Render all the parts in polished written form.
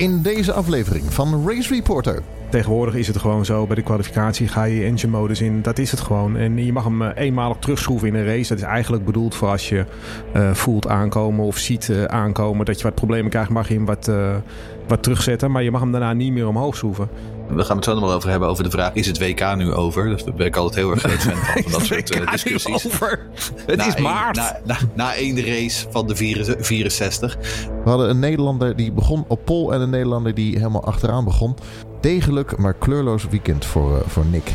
in deze aflevering van Race Reporter. Tegenwoordig is het gewoon zo, bij de kwalificatie ga je engine modus in, dat is het gewoon. En je mag hem eenmalig terugschroeven in een race. Dat is eigenlijk bedoeld voor als je voelt aankomen of ziet aankomen dat je wat problemen krijgt, mag je hem wat terugzetten. Maar je mag hem daarna niet meer omhoog schroeven. We gaan het zo nog wel over hebben over de vraag, is het WK nu over? Daar ben ik altijd heel erg groot fan van dat soort discussies. Het is maart. Na één race van de 64. We hadden een Nederlander die begon op pole en een Nederlander die helemaal achteraan begon. Degelijk, maar kleurloos weekend voor Nick.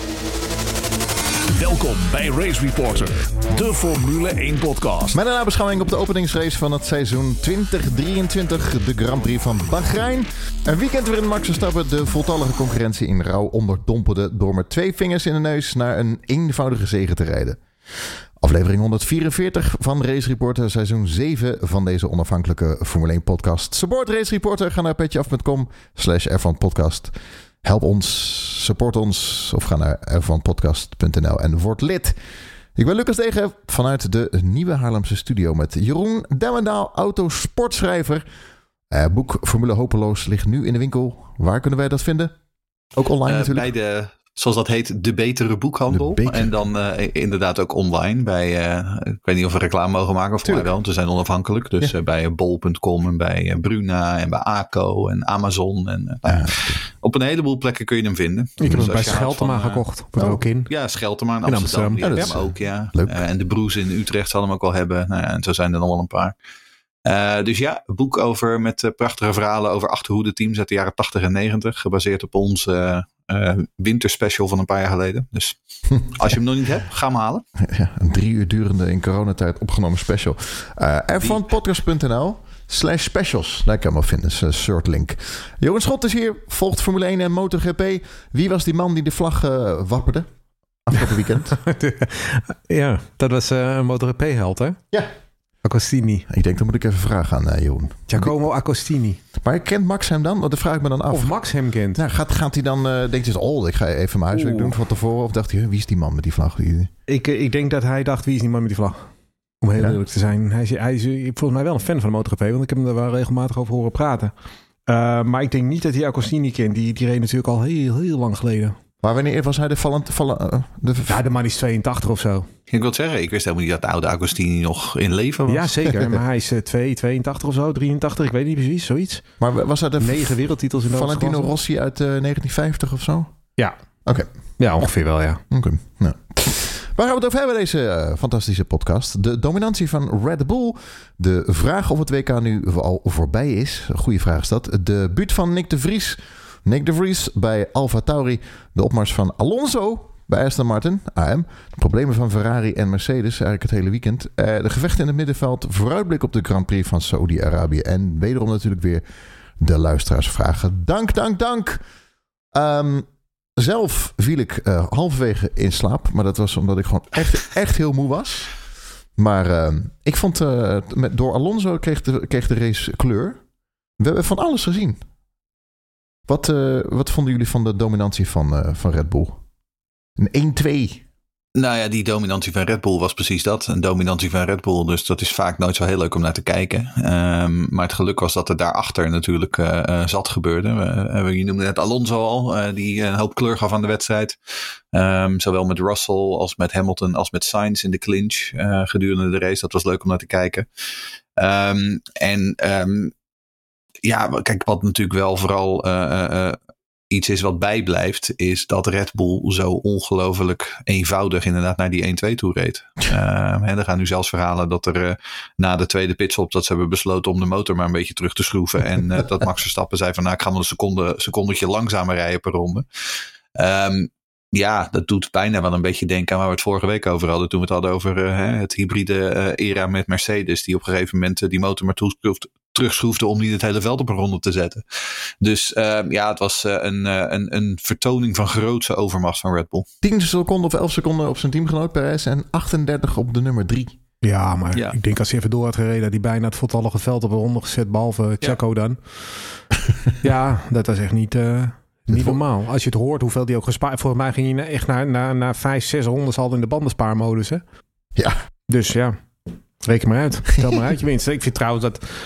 Welkom bij Race Reporter, de Formule 1 podcast. Met een nabeschouwing op de openingsrace van het seizoen 2023, de Grand Prix van Bahrein. Een weekend waarin Max Verstappen de voltallige concurrentie in rouw onderdompelde door met 2 vingers in de neus naar een eenvoudige zege te rijden. Aflevering 144 van Race Reporter, seizoen 7 van deze onafhankelijke Formule 1 podcast. Support Race Reporter, ga naar petjeaf.com/F1podcast. Help ons, support ons of ga naar f1podcast.nl en word lid. Ik ben Lucas Degen vanuit de nieuwe Haarlemse studio met Jeroen Demmendaal, autosportschrijver. Boek Formule Hopeloos ligt nu in de winkel. Waar kunnen wij dat vinden? Ook online natuurlijk. Bij de, zoals dat heet, de betere boekhandel. En dan inderdaad ook online. Bij, ik weet niet of we reclame mogen maken of maar wel. Want we zijn onafhankelijk. Dus bij bol.com en bij Bruna en bij ACO en Amazon. En, op een heleboel plekken kun je hem vinden. Ik heb hem bij Scheltema gekocht. Op ook in. Ja, Scheltema in Amsterdam. Die hebben hem ook, ja. En de Broes in Utrecht zal hem ook wel hebben. Nou ja, en zo zijn er nog wel een paar. Dus ja, een boek met prachtige verhalen over achterhoede-teams uit de jaren 80 en 90. Gebaseerd op onze winterspecial van een paar jaar geleden. Dus als je hem nog niet hebt, ga hem halen. Ja, een 3 uur durende in coronatijd opgenomen special. F1podcast.nl/specials. Daar kan je hem vinden. Soort link. Johan Schot is hier. Volgt Formule 1 en MotoGP. Wie was die man die de vlag wapperde? Afgelopen weekend. Ja, dat was een MotoGP-held, hè? Ja. Agostini. Ik denk, dat moet ik even vragen aan Jeroen. Giacomo Agostini. Maar kent Max hem dan? Want dat vraag ik me dan af. Of Max hem kent. Nou, gaat hij dan, denkt hij, ik ga even mijn huiswerk doen van tevoren? Of dacht hij, wie is die man met die vlag? Ik denk dat hij dacht, wie is die man met die vlag? Om heel eerlijk te zijn. Hij is volgens mij wel een fan van de MotoGP, want ik heb hem er wel regelmatig over horen praten. Maar ik denk niet dat hij Agostini kent. Die reed natuurlijk al heel lang geleden. Maar wanneer was hij de man is 82 of zo. Ik wil zeggen, ik wist helemaal niet dat de oude Agostini nog in leven was. Ja, zeker. Maar hij is 82 of zo, 83, ik weet niet precies, zoiets. Maar was hij de 9 wereldtitels in de Valentino Rossi uit 1950 of zo? Ja. Oké. Ja, ongeveer wel, ja. Oké. Nou. Waar gaan we het over hebben, deze fantastische podcast? De dominantie van Red Bull. De vraag of het WK nu al voorbij is. Een goede vraag is dat. De debuut van Nick de Vries. Nick de Vries bij AlphaTauri. De opmars van Alonso bij Aston Martin, AM. De problemen van Ferrari en Mercedes, eigenlijk het hele weekend. De gevechten in het middenveld. Vooruitblik op de Grand Prix van Saudi-Arabië. En wederom natuurlijk weer de luisteraarsvragen. Dank. Zelf viel ik halverwege in slaap. Maar dat was omdat ik gewoon echt heel moe was. Maar ik vond, door Alonso kreeg de race kleur. We hebben van alles gezien. Wat vonden jullie van de dominantie van Red Bull? Een 1-2. Nou ja, die dominantie van Red Bull was precies dat. Een dominantie van Red Bull. Dus dat is vaak nooit zo heel leuk om naar te kijken. Maar het geluk was dat er daarachter natuurlijk zat gebeurde. Je noemde net Alonso al. Die een hoop kleur gaf aan de wedstrijd. Zowel met Russell als met Hamilton als met Sainz in de clinch gedurende de race. Dat was leuk om naar te kijken. Ja, kijk, wat natuurlijk wel vooral iets is wat bijblijft, is dat Red Bull zo ongelooflijk eenvoudig inderdaad naar die 1-2 toe reed. Er gaan nu zelfs verhalen dat er na de tweede pitstop dat ze hebben besloten om de motor maar een beetje terug te schroeven. En dat Max Verstappen zei van, ik ga wel een secondetje langzamer rijden per ronde. Ja, dat doet bijna wel een beetje denken aan waar we het vorige week over hadden. Toen we het hadden over het hybride era met Mercedes. Die op een gegeven moment die motor maar terugschroefde om niet het hele veld op een ronde te zetten. Dus het was een vertoning van grootse overmacht van Red Bull. 10 seconden of 11 seconden op zijn teamgenoot Perez en 38 op de nummer 3. Ja, maar ik denk als hij even door had gereden, had hij bijna het voltallige veld op een ronde gezet, behalve Checo dan. Ja, dat was echt niet normaal. Als je het hoort hoeveel die ook gespaard. Volgens mij ging hij echt na 5-6 rondes al in de bandenspaarmodus. Hè? Ja. Dus ja, reken maar uit. Tel maar uit je winst. Ik vind trouwens dat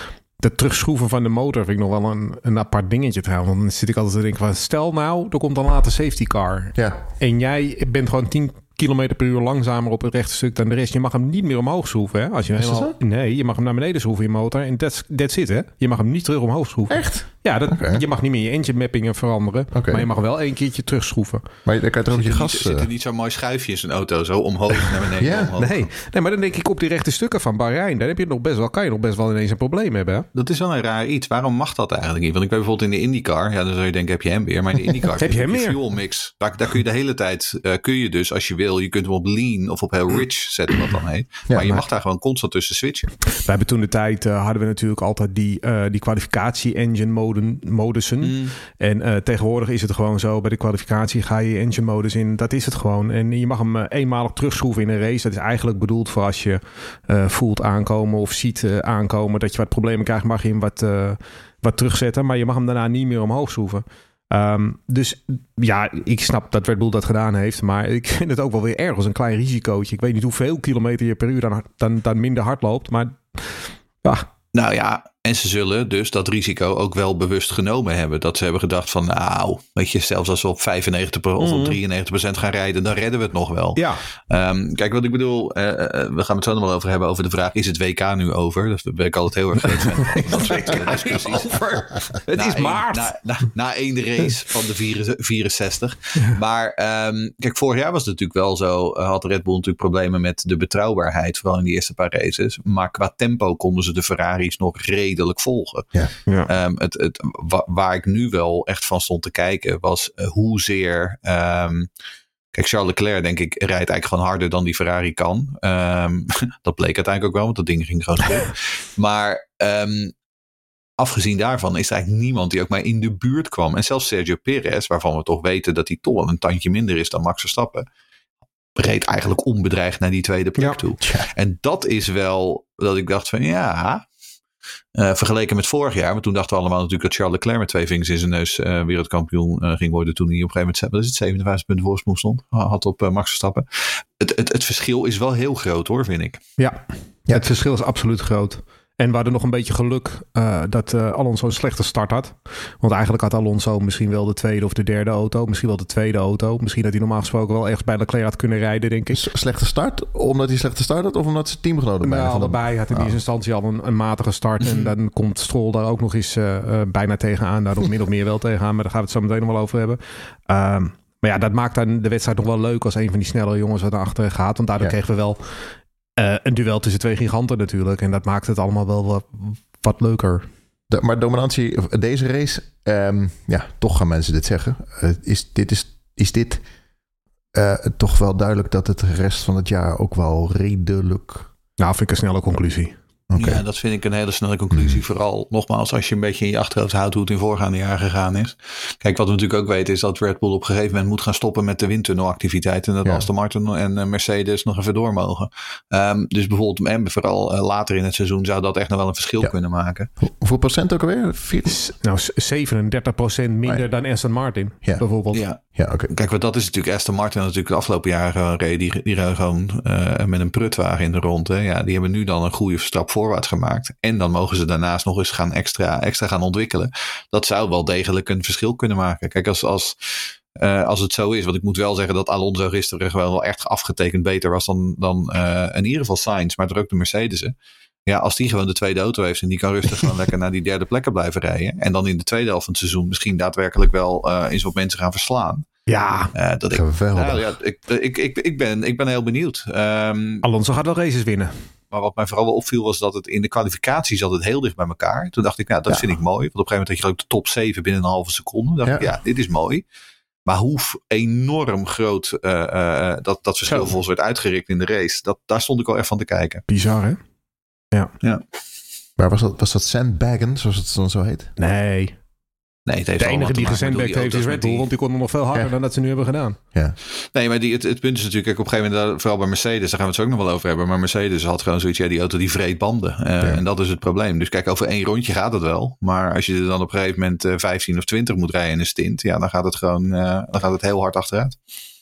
Het terugschroeven van de motor vind ik nog wel een apart dingetje trouwens. Want dan zit ik altijd te denken van... Stel nou, er komt dan later safety car. Ja. En jij bent gewoon 10 kilometer per uur langzamer op het rechte stuk dan de rest. Je mag hem niet meer omhoog schroeven. Hè? Als je nee, je mag hem naar beneden schroeven in je motor. En that's it, hè? Je mag hem niet terug omhoog schroeven. Echt? Ja, je mag niet meer je engine mappingen veranderen. Okay. Maar je mag wel 1 keertje terugschroeven. Maar dan kan je toch ook je gas... Zit er niet zo'n mooi schuifje in zijn auto? Zo omhoog naar beneden. Ja. Omhoog. Nee, maar dan denk ik op die rechte stukken van Bahrein. Daar heb je nog best wel, kan je nog best wel ineens een probleem hebben. Hè? Dat is wel een raar iets. Waarom mag dat eigenlijk niet? Want ik weet bijvoorbeeld in de IndyCar. Ja, dan zou je denken, heb je hem weer. Maar in de IndyCar heb je hem meer? Fuel mix. Daar kun je de hele tijd... kun je dus, als je wil... Je kunt hem op lean of op heel rich zetten, wat dan heet. Ja, maar je mag daar gewoon constant tussen switchen. We hebben toen de tijd... hadden we natuurlijk altijd die kwalificatie-engine modussen. En tegenwoordig is het gewoon zo... Bij de kwalificatie ga je engine modus in. Dat is het gewoon. En je mag hem eenmalig terugschroeven in een race. Dat is eigenlijk bedoeld voor als je voelt aankomen of ziet aankomen... dat je wat problemen krijgt, mag je hem wat terugzetten. Maar je mag hem daarna niet meer omhoog schroeven. Dus ja, ik snap dat Red Bull dat gedaan heeft. Maar ik vind het ook wel weer ergens een klein risicootje. Ik weet niet hoeveel kilometer je per uur dan minder hard loopt. Maar Nou ja, en ze zullen dus dat risico ook wel bewust genomen hebben. Dat ze hebben gedacht van nou, weet je, zelfs als we op 95% of op 93% gaan rijden, dan redden we het nog wel. Ja. Kijk, wat ik bedoel, we gaan het zo nog wel over hebben over de vraag, is het WK nu over? Dat ben ik altijd heel erg groot van. Het is maart. Na één race van de 64. Maar kijk, vorig jaar was het natuurlijk wel zo, had Red Bull natuurlijk problemen met de betrouwbaarheid, vooral in die eerste paar races. Maar qua tempo konden ze de Ferraris nog redelijk volgen. Ja. Waar ik nu wel echt van stond te kijken was hoezeer... Kijk, Charles Leclerc, denk ik, rijdt eigenlijk gewoon harder dan die Ferrari kan. Dat bleek uiteindelijk ook wel, want dat ding ging gewoon stuk. Maar afgezien daarvan is er eigenlijk niemand die ook maar in de buurt kwam. En zelfs Sergio Perez, waarvan we toch weten dat hij toch wel een tandje minder is dan Max Verstappen, reed eigenlijk onbedreigd naar die tweede plek toe. Ja. En dat is wel dat ik dacht van ja... vergeleken met vorig jaar, want toen dachten we allemaal natuurlijk dat Charles Leclerc met 2 vingers in zijn neus wereldkampioen ging worden toen hij op een gegeven moment 57 punten voorsprong stond, had op Max Verstappen. Het verschil is wel heel groot hoor, vind ik. Ja, het verschil is absoluut groot. En we hadden nog een beetje geluk dat Alonso een slechte start had. Want eigenlijk had Alonso misschien wel de tweede of de derde auto. Misschien wel de tweede auto. Misschien had hij normaal gesproken wel ergens bij Leclerc had kunnen rijden, denk ik. Slechte start? Omdat hij slechte start had? Of omdat zijn teamgenoten bij allebei had in eerste instantie al een matige start. En dan komt Stroll daar ook nog eens bijna tegenaan. Daar nog min of meer wel tegenaan. Maar daar gaan we het zo meteen nog wel over hebben. Maar ja, dat maakt dan de wedstrijd nog wel leuk als een van die snelle jongens wat naar achteren gaat. Want daardoor kregen we wel... een duel tussen 2 giganten natuurlijk. En dat maakt het allemaal wel wat leuker. Maar dominantie, deze race... toch gaan mensen dit zeggen. Is dit toch wel duidelijk dat het de rest van het jaar ook wel redelijk... Nou, vind ik een snelle conclusie. Okay. Ja, dat vind ik een hele snelle conclusie. Vooral, nogmaals, als je een beetje in je achterhoofd houdt hoe het in voorgaande jaar gegaan is. Kijk, wat we natuurlijk ook weten is dat Red Bull op een gegeven moment moet gaan stoppen met de windtunnelactiviteit. En dat Aston Martin en Mercedes nog even door mogen. Dus bijvoorbeeld, en vooral later in het seizoen zou dat echt nog wel een verschil kunnen maken. Hoeveel procent ook alweer? Nou, 37% minder dan Aston Martin, bijvoorbeeld. Ja, okay. Kijk, want dat is natuurlijk Aston Martin natuurlijk de afgelopen jaren gewoon reed. Die rijden gewoon met een prutwagen in de rond. Hè. Ja, die hebben nu dan een goede stap voorwaarts gemaakt. En dan mogen ze daarnaast nog eens gaan extra gaan ontwikkelen. Dat zou wel degelijk een verschil kunnen maken. Kijk, als het zo is, want ik moet wel zeggen dat Alonso gisteren wel echt afgetekend beter was dan in ieder geval Sainz, maar er ook de Mercedes'en. Ja, als die gewoon de tweede auto heeft en die kan rustig gewoon lekker naar die derde plekken blijven rijden. En dan in de tweede helft van het seizoen misschien daadwerkelijk wel eens wat mensen gaan verslaan. Ja, ik ben heel benieuwd. Alonso gaat wel races winnen. Maar wat mij vooral wel opviel was dat het in de kwalificatie zat het heel dicht bij elkaar. Toen dacht ik, nou dat vind ik mooi. Want op een gegeven moment had je ook de top 7 binnen een halve seconde. Dacht ik, dit is mooi. Maar hoe enorm groot dat verschil volgens werd uitgerikt in de race. Daar stond ik wel echt van te kijken. Bizar, hè? Ja. Maar was dat sandbaggen, zoals het dan zo heet? Nee, het heeft de enige die gesandbagged heeft is Red Bull, want die konden nog veel harder dan dat ze nu hebben gedaan. Ja. Nee, maar het punt is natuurlijk, op een gegeven moment, vooral bij Mercedes, daar gaan we het zo ook nog wel over hebben, maar Mercedes had gewoon zoiets, die auto die vreet banden. En dat is het probleem. Dus kijk, over 1 rondje gaat het wel. Maar als je er dan op een gegeven moment 15 of 20 moet rijden in een stint, dan gaat het gewoon heel hard achteruit.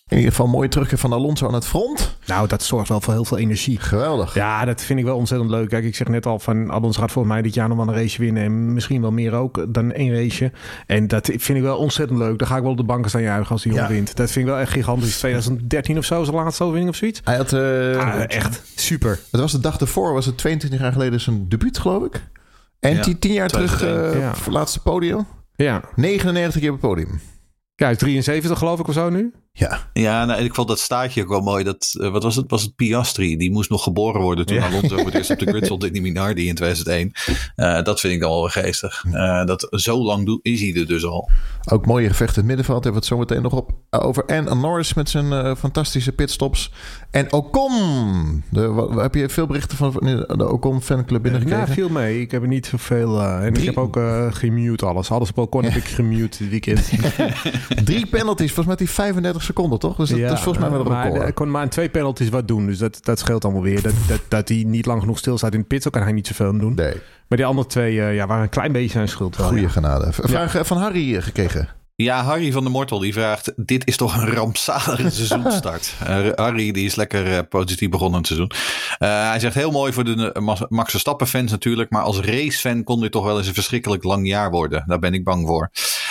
In ieder geval een mooie terugkeer van Alonso aan het front. Nou, dat zorgt wel voor heel veel energie. Geweldig. Ja, dat vind ik wel ontzettend leuk. Kijk, ik zeg net al van Alonso gaat volgens mij dit jaar nog wel een race winnen. En misschien wel meer ook dan 1 raceje. En dat vind ik wel ontzettend leuk. Daar ga ik wel op de banken staan juichen als die jongen wint. Dat vind ik wel echt gigantisch. 2013 of zo, zijn laatste overwinning of zoiets. Hij had... echt super. Het was de dag ervoor, was het 22 jaar geleden zijn debuut, geloof ik. En 10 jaar terug, laatste podium. Ja. 99 keer op het podium. Ja, 73 geloof ik of zo nu. Ja, nou, ik vond dat staartje ook wel mooi. Wat was het? Was het Piastri? Die moest nog geboren worden toen Alonso voor het eerst op de grid stond in die Minardi in 2001. Dat vind ik dan wel weer geestig. Dat zo lang is hij er dus al. Ook mooie gevechten in het middenveld. Hebben we het zo meteen nog over. En Norris met zijn fantastische pitstops. En Ocon. Heb je veel berichten van de Ocon fanclub binnengekregen? Ja, viel mee. Ik heb er niet zoveel. En ik heb ook gemute alles. Alles op Ocon heb ik gemute dit weekend. 3 penalties. Volgens mij die 35 seconden, toch? Dus dat is volgens mij wel een record. Hij kon maar in 2 penalties wat doen. Dus dat scheelt allemaal weer. Dat hij niet lang genoeg stilstaat in de pit, kan hij niet zoveel aan doen. Nee. Maar die andere 2 waren een klein beetje zijn schuld. Goeie genade. Vraag van Harry gekregen. Ja, Harry van der Mortel die vraagt... Dit is toch een rampzalige seizoenstart? Harry die is lekker positief begonnen het seizoen. Hij zegt heel mooi voor de Max Verstappen fans natuurlijk... maar als racefan kon dit toch wel eens een verschrikkelijk lang jaar worden. Daar ben ik bang voor.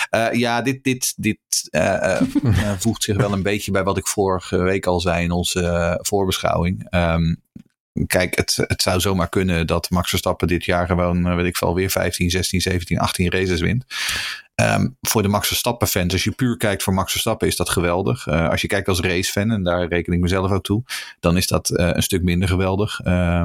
Dit voegt zich wel een beetje bij wat ik vorige week al zei... in onze voorbeschouwing. Kijk, het zou zomaar kunnen dat Max Verstappen dit jaar gewoon... weet ik veel, weer 15, 16, 17, 18 races wint... voor de Max Verstappen fans, als je puur kijkt voor Max Verstappen is dat geweldig. Als je kijkt als racefan, en daar reken ik mezelf ook toe, dan is dat een stuk minder geweldig.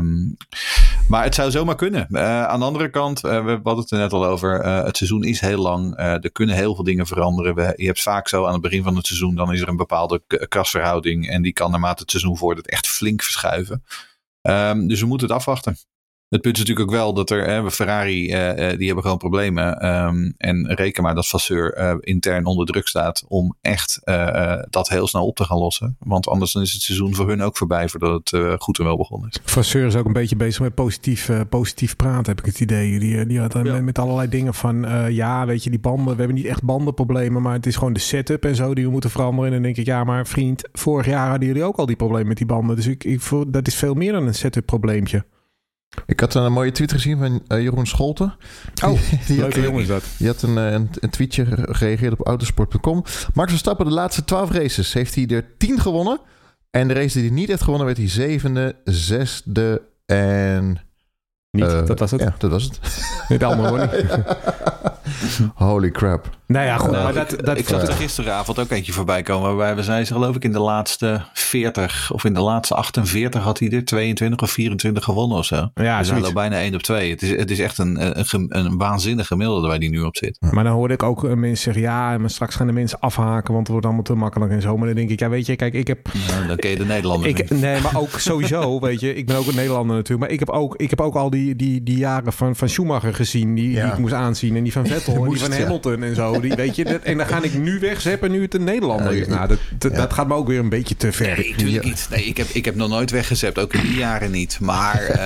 Maar het zou zomaar kunnen. Aan de andere kant, we hadden het er net al over, het seizoen is heel lang. Er kunnen heel veel dingen veranderen. Je hebt vaak zo aan het begin van het seizoen, dan is er een bepaalde krasverhouding en die kan naarmate het seizoen vordert echt flink verschuiven. Dus we moeten het afwachten. Het punt is natuurlijk ook wel dat Ferrari, die hebben gewoon problemen. En reken maar dat Vasseur intern onder druk staat om echt dat heel snel op te gaan lossen. Want anders dan is het seizoen voor hun ook voorbij voordat het goed en wel begonnen is. Vasseur is ook een beetje bezig met positief praten, heb ik het idee. Die had met allerlei dingen van, weet je, die banden, we hebben niet echt bandenproblemen, maar het is gewoon de setup en zo die we moeten veranderen. En dan denk ik, ja, maar vriend, vorig jaar hadden jullie ook al die problemen met die banden. Dus dat is veel meer dan een setup probleempje. Ik had een mooie tweet gezien van Jeroen Scholten. Leuke jongen is dat. Die had een tweetje gereageerd op autosport.com. Max Verstappen, de laatste 12 races heeft hij er 10 gewonnen. En de race die hij niet heeft gewonnen werd hij 7e, 6e en... Niet, dat was het. Ja, dat was het. Niet allemaal hoor. Holy crap. Nou ja, goed. Nou, maar ik zag er gisteravond ook eentje voorbij komen. Waarbij we zeiden, geloof ik, in de laatste 40 of in de laatste 48 had hij er 22 of 24 gewonnen of zo. Ja, dus hij loopt bijna 1 op 2. Het is echt een waanzinnig gemiddelde waar die nu op zit. Maar dan hoorde ik ook mensen zeggen, ja, maar straks gaan de mensen afhaken, want het wordt allemaal te makkelijk en zo. Maar dan denk ik, ja, weet je, kijk, ik heb... Nou, dan ken je de Nederlander niet. Nee, maar ook sowieso, weet je, ik ben ook een Nederlander natuurlijk. Maar ik heb ook al die jaren van Schumacher gezien, die ik moest aanzien. En die van Vettel en die van Hamilton en zo. Die, weet je, en dan ga ik nu wegzeppen nu het een Nederlander is. Nou, dat gaat me ook weer een beetje te ver. Nee, natuurlijk niet. Nee, ik heb nog nooit weggezept. Ook in die jaren niet. Maar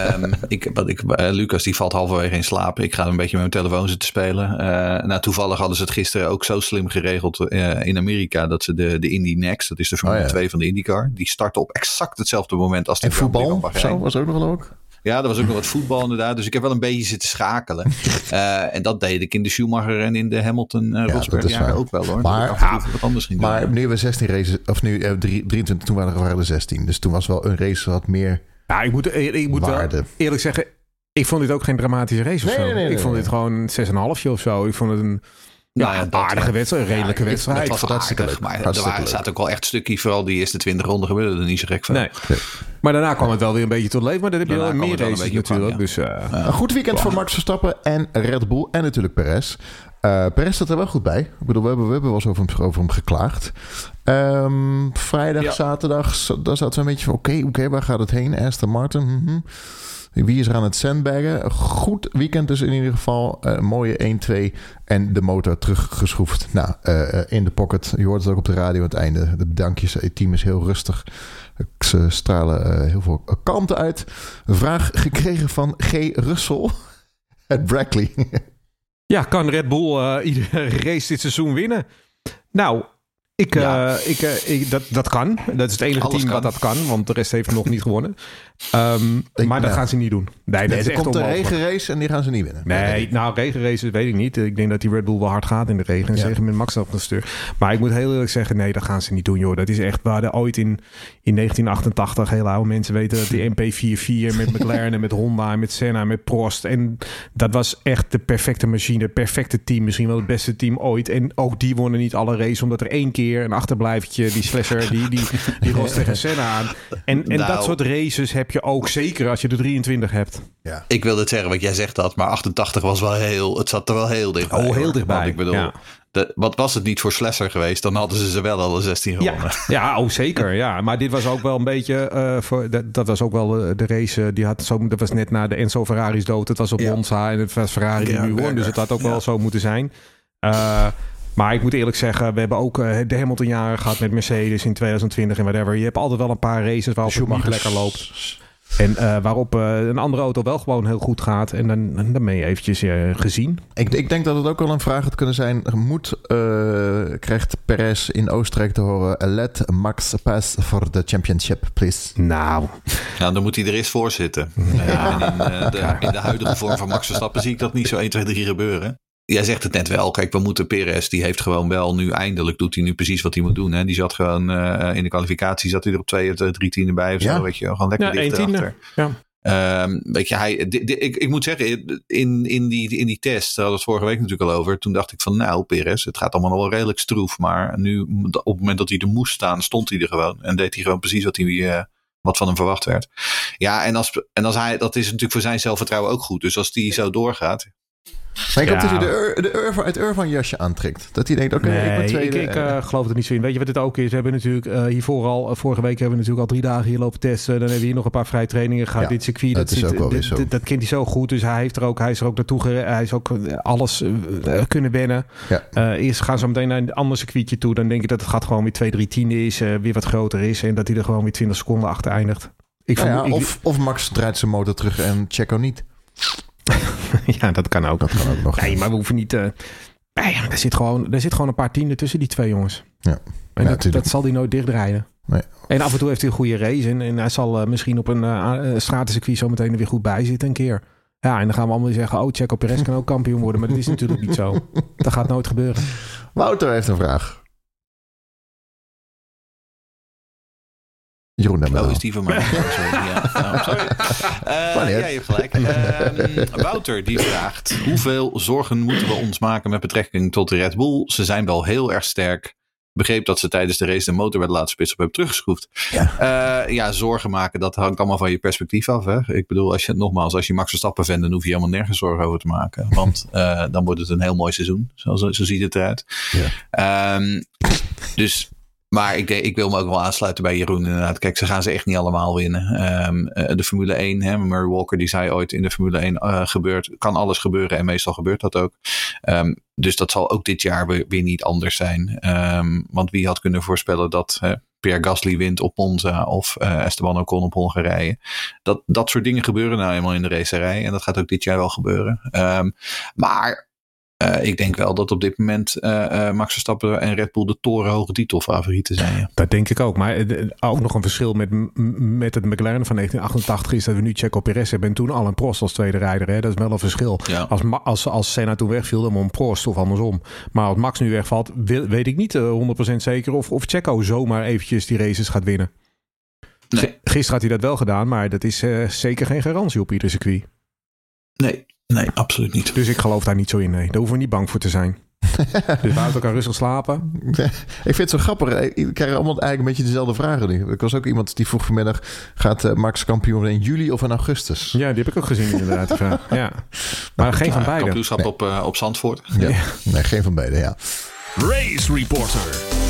Lucas die valt halverwege in slaap. Ik ga een beetje met mijn telefoon zitten spelen. Toevallig hadden ze het gisteren ook zo slim geregeld in Amerika. Dat ze de Indy Next, dat is de Formule 2 van de IndyCar. Die starten op exact hetzelfde moment als de voetbal. Zo was ook nog wel ook. Ja, er was ook nog wat voetbal inderdaad. Dus ik heb wel een beetje zitten schakelen. En dat deed ik in de Schumacher en in de Hamilton Rosberg jaren ook wel hoor. Maar, wat anders ging maar doen. nu hebben we 16 races, of nu 23, toen waren er 16. Dus toen was wel een race wat meer ja, ik moet wel eerlijk zeggen, ik vond dit ook geen dramatische race of zo. Nee. Ik vond dit gewoon een 6,5 of zo. Ik vond het een... aardige wedstrijd, een redelijke wedstrijd. Het was hartstikke leuk, maar er zaten ook wel echt stukjes, vooral die eerste 20 ronden gebeurde er niet zo gek van. Nee. Maar daarna kwam het wel weer een beetje tot leven, maar dat heb je wel meer races natuurlijk. Dus, een goed weekend voor Max Verstappen en Red Bull en natuurlijk Perez. Perez staat er wel goed bij. Ik bedoel, we hebben wel eens over hem geklaagd. Vrijdag, zaterdag, daar zaten we een beetje van oké, waar gaat het heen? Aston Martin, Wie is er aan het sandbaggen? Goed weekend dus in ieder geval. Mooie 1-2 en de motor teruggeschroefd. Nou, in de pocket. Je hoort het ook op de radio aan het einde. De bedankjes. Het team is heel rustig. Ze stralen heel veel kalmte uit. Een vraag gekregen van G. Russell uit Brackley. Ja, kan Red Bull iedere race dit seizoen winnen? Nou, Dat kan. Dat is het enige Alles team kan. dat kan. Want de rest heeft nog niet gewonnen. Maar dat gaan ze niet doen. Nee, dat is er echt komt een onmogelijk. regenrace en die gaan ze niet winnen. Nee, nou regenraces weet ik niet. Ik denk dat die Red Bull wel hard gaat in de regen. En zeker met Max op de stuur. Maar ik moet heel eerlijk zeggen, nee, dat gaan ze niet doen, joh. Dat is echt, we hadden ooit in 1988, hele oude mensen weten dat die MP44 met McLaren en met Honda en met Senna en met Prost. En dat was echt de perfecte machine, het perfecte team. Misschien wel het beste team ooit. En ook die wonnen niet alle races, omdat er 1 keer een achterblijvertje, die slasher, die rost tegen Senna aan. En dat soort races heb je ook, zeker als je de 23 hebt. Ja. Ik wilde het zeggen, want jij zegt dat, maar 88 was wel het zat er wel heel dichtbij. Oh, heel dichtbij. Want ik bedoel, ja. Wat was het niet voor Slasher geweest, dan hadden ze wel alle 16 gewonnen. Ja, zeker. Ja. Maar dit was ook wel een beetje, dat was ook wel de race, dat was net na de Enzo Ferrari's dood. Het was op Monza en het was Ferrari die nu won. Dus het had ook wel zo moeten zijn. Maar ik moet eerlijk zeggen, we hebben ook de Hamilton-jaren gehad met Mercedes in 2020 en whatever. Je hebt altijd wel een paar races waarop het niet lekker loopt. En waarop een andere auto wel gewoon heel goed gaat. En dan ben je eventjes gezien. Ik denk dat het ook wel een vraag had kunnen zijn. Krijgt Perez in Oostenrijk te horen... Let Max pass for the championship, please. Nou, dan moet hij er eerst voor zitten. Ja. En in de huidige vorm van Max Verstappen zie ik dat niet zo 1, 2, 3 gebeuren. Jij zegt het net wel. Kijk, we moeten Perez, die heeft gewoon wel nu eindelijk, doet hij nu precies wat hij moet doen. Hè? Die zat gewoon in de kwalificatie, zat hij er op 2 of 3 tienden bij of zo. Weet je, gewoon lekker dicht erachter. Ja. Weet je, ik moet zeggen, in die test, daar hadden we het vorige week natuurlijk al over. Toen dacht ik van, nou Perez, het gaat allemaal nog wel redelijk stroef. Maar nu, op het moment dat hij er moest staan, stond hij er gewoon. En deed hij gewoon precies wat van hem verwacht werd. Ja, en als hij, dat is natuurlijk voor zijn zelfvertrouwen ook goed. Dus als die zo doorgaat... Maar ik hoop dat hij het Irvan jasje aantrekt. Dat hij denkt, oké, ik ben tweede. Ik geloof er niet zo in. Weet je wat het ook is? We hebben natuurlijk vorige week hebben we natuurlijk al 3 dagen hier lopen testen. Dan hebben we hier nog een paar vrije trainingen gehad. Dit circuit, dat kent hij zo goed. Dus hij is er ook naartoe hij is ook alles kunnen wennen. Ja. Eerst gaan ze meteen naar een ander circuitje toe. Dan denk ik dat het gaat gewoon weer 2-3 tienden is. Weer wat groter is. En dat hij er gewoon weer 20 seconden achter eindigt. Of Max draait zijn motor terug en Checo niet. Ja, dat kan ook. Dat kan ook nog. Nee, maar we hoeven niet... er zit gewoon een paar tienden tussen die 2 jongens. Ja. En dat zal hij nooit dichtdraaien. Nee. En af en toe heeft hij een goede race. En hij zal misschien op een stratencircuit zo meteen er weer goed bij zitten een keer. Ja, en dan gaan we allemaal zeggen... Oh, Checo Perez kan ook kampioen worden. Maar dat is natuurlijk niet zo. Dat gaat nooit gebeuren. Wouter heeft een vraag. Jeroen, is die van mij? Sorry. Ja, je hebt gelijk. Wouter die vraagt... Hoeveel zorgen moeten we ons maken met betrekking tot de Red Bull? Ze zijn wel heel erg sterk. Begreep dat ze tijdens de race de motor bij de laatste pitstop hebben teruggeschroefd. Ja. Zorgen maken, dat hangt allemaal van je perspectief af. Hè? Ik bedoel, als je Max Verstappen vindt, dan hoef je helemaal nergens zorgen over te maken. Want dan wordt het een heel mooi seizoen. Zo ziet het eruit. Ja. Dus... Maar ik wil me ook wel aansluiten bij Jeroen inderdaad. Kijk, ze gaan ze echt niet allemaal winnen. De Formule 1, Murray Walker die zei ooit in de Formule 1 kan alles gebeuren en meestal gebeurt dat ook. Dus dat zal ook dit jaar weer niet anders zijn. Want wie had kunnen voorspellen dat Pierre Gasly wint op Monza of Esteban Ocon op Hongarije. Dat soort dingen gebeuren nou eenmaal in de racerij en dat gaat ook dit jaar wel gebeuren. Maar... ik denk wel dat op dit moment Max Verstappen en Red Bull de torenhoge titelfavorieten zijn. Ja. Dat denk ik ook. Maar ook nog een verschil met het McLaren van 1988 is dat we nu Checo Perez hebben en toen Alain Prost als tweede rijder. Hè? Dat is wel een verschil. Ja. Als Senna toen wegviel, dan om Prost of andersom. Maar als Max nu wegvalt, weet ik niet 100% zeker of Checo zomaar eventjes die races gaat winnen. Nee. Gisteren had hij dat wel gedaan, maar dat is zeker geen garantie op ieder circuit. Nee, absoluut niet. Dus ik geloof daar niet zo in. Nee, daar hoeven we niet bang voor te zijn. Dus Wouter kan rustig slapen. Ik vind het zo grappig. Ik krijg allemaal eigenlijk een beetje dezelfde vragen nu. Ik was ook iemand die vroeg vanmiddag... gaat Max kampioen in juli of in augustus? Ja, die heb ik ook gezien inderdaad. Die vraag. Ja. Maar geen van beide. Kampioenschap op Zandvoort. Ja. Nee, geen van beide, ja. Race Reporter.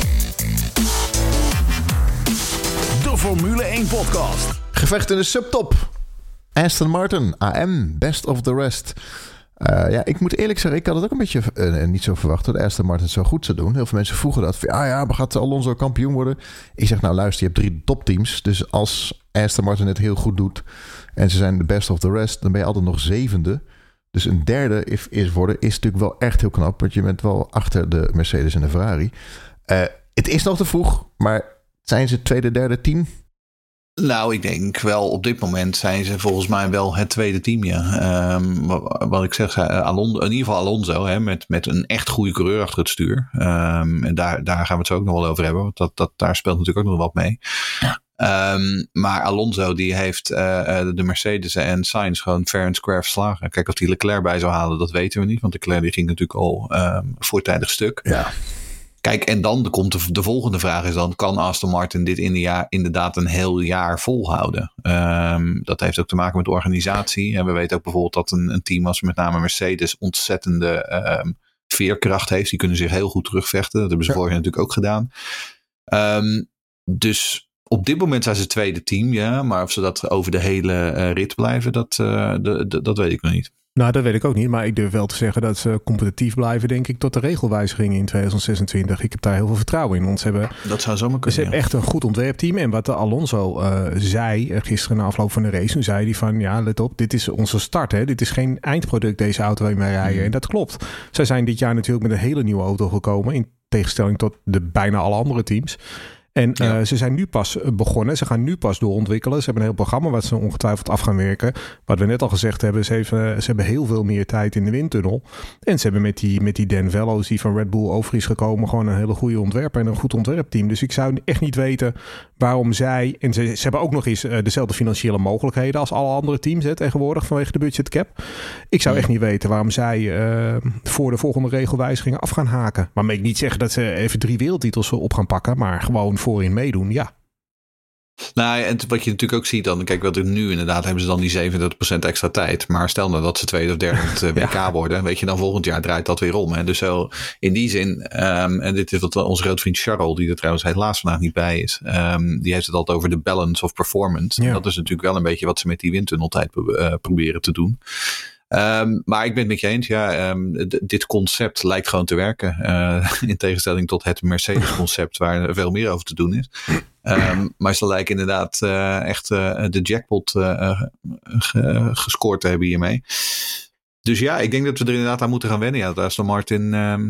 De Formule 1 podcast. Gevecht in de subtop. Aston Martin, AM, best of the rest. Ik moet eerlijk zeggen, ik had het ook een beetje niet zo verwacht dat Aston Martin het zo goed zou doen. Heel veel mensen vroegen dat. Maar gaat Alonso kampioen worden? Ik zeg, nou luister, je hebt 3 topteams. Dus als Aston Martin het heel goed doet en ze zijn de best of the rest, dan ben je altijd nog 7e. Dus een derde worden is natuurlijk wel echt heel knap. Want je bent wel achter de Mercedes en de Ferrari. Het is nog te vroeg, maar zijn ze tweede, derde team? Nou, ik denk wel op dit moment zijn ze volgens mij wel het tweede team, ja. Wat ik zeg, in ieder geval Alonso, hè, met een echt goede coureur achter het stuur. En daar gaan we het zo ook nog wel over hebben, want daar speelt natuurlijk ook nog wat mee. Maar Alonso die heeft de Mercedes en Sainz gewoon fair and square verslagen. Kijk, of die Leclerc bij zou halen, dat weten we niet, want Leclerc die ging natuurlijk al voortijdig stuk. Ja. Kijk, en dan komt de volgende vraag is dan, kan Aston Martin dit inderdaad een heel jaar volhouden? Dat heeft ook te maken met de organisatie. En we weten ook bijvoorbeeld dat een team als met name Mercedes ontzettende veerkracht heeft. Die kunnen zich heel goed terugvechten. Dat hebben ze vorig jaar natuurlijk ook gedaan. Dus op dit moment zijn ze het tweede team, ja. Maar of ze dat over de hele rit blijven, dat weet ik nog niet. Nou, dat weet ik ook niet. Maar ik durf wel te zeggen dat ze competitief blijven, denk ik, tot de regelwijzigingen in 2026. Ik heb daar heel veel vertrouwen in. Want dat zou zomaar kunnen. Ze hebben echt een goed ontwerpteam. En wat Alonso zei gisteren na afloop van de race, toen zei hij van, ja, let op, dit is onze start. Hè? Dit is geen eindproduct, deze auto waar wij rijden. En dat klopt. Zij zijn dit jaar natuurlijk met een hele nieuwe auto gekomen, in tegenstelling tot bijna alle andere teams. En ze zijn nu pas begonnen. Ze gaan nu pas doorontwikkelen. Ze hebben een heel programma wat ze ongetwijfeld af gaan werken. Wat we net al gezegd hebben. Ze hebben heel veel meer tijd in de windtunnel. En ze hebben met die Dan Vellows die van Red Bull over is gekomen, gewoon een hele goede ontwerper en een goed ontwerpteam. Dus ik zou echt niet weten waarom zij... En ze hebben ook nog eens dezelfde financiële mogelijkheden als alle andere teams tegenwoordig vanwege de budget cap. Ik zou echt niet weten waarom zij voor de volgende regelwijzigingen af gaan haken. Waarmee ik niet zeg dat ze even 3 wereldtitels op gaan pakken, maar gewoon voorin meedoen, ja. Nou, en wat je natuurlijk ook ziet dan, kijk, wat er nu inderdaad hebben ze dan die 37% extra tijd. Maar stel nou dat ze tweede of derde het WK worden, weet je, dan volgend jaar draait dat weer om. Hè? Dus zo in die zin, en dit is wat onze grote vriend Charles, die er trouwens helaas vandaag niet bij is, die heeft het altijd over de balance of performance. Ja. En dat is natuurlijk wel een beetje wat ze met die windtunneltijd proberen te doen. Maar ik ben het met je eens. Ja, dit concept lijkt gewoon te werken. In tegenstelling tot het Mercedes concept waar veel meer over te doen is. Maar ze lijken inderdaad echt de jackpot gescoord te hebben hiermee. Dus ja, ik denk dat we er inderdaad aan moeten gaan wennen. Ja, dat Aston Martin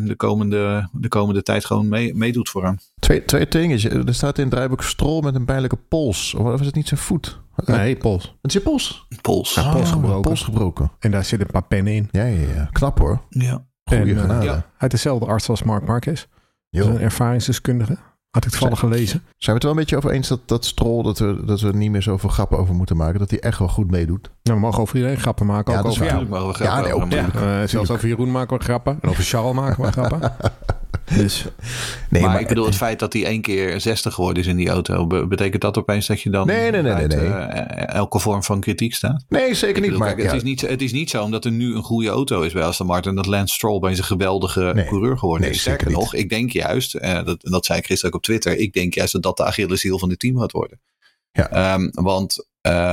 de komende tijd gewoon meedoet voor hem. Twee dingen. Er staat in het draaiboek Stroll met een pijnlijke pols. Of is het niet zijn voet? Nee, pols. Het is je pols? Pols. Ja, pols gebroken. En daar zit een paar pennen in. Ja. Knap hoor. Ja. Goeie genade. Hij heeft dezelfde arts als Marc Marquez. Dus een ervaringsdeskundige. Had ik toevallig gelezen. Zijn we het wel een beetje over eens dat Stroll, dat we niet meer zoveel grappen over moeten maken? Dat hij echt wel goed meedoet? Nou, we mogen over iedereen grappen maken. Ja, ook over jou. Mogen we grappen over zelfs over Jeroen maken we grappen. En over Charles maken we grappen. Dus. Nee, maar ik bedoel, het feit dat hij 1 keer 60 geworden is in die auto, betekent dat opeens dat je dan nee. elke vorm van kritiek staat? Nee, zeker niet. Maar het is niet zo omdat er nu een goede auto is bij Aston Martin dat Lance Stroll opeens een geweldige coureur geworden is. Sterker nog, ik denk juist, dat zei ik gisteren ook op Twitter, ik denk juist dat de Achilleshiel van dit team gaat worden. Ja. Want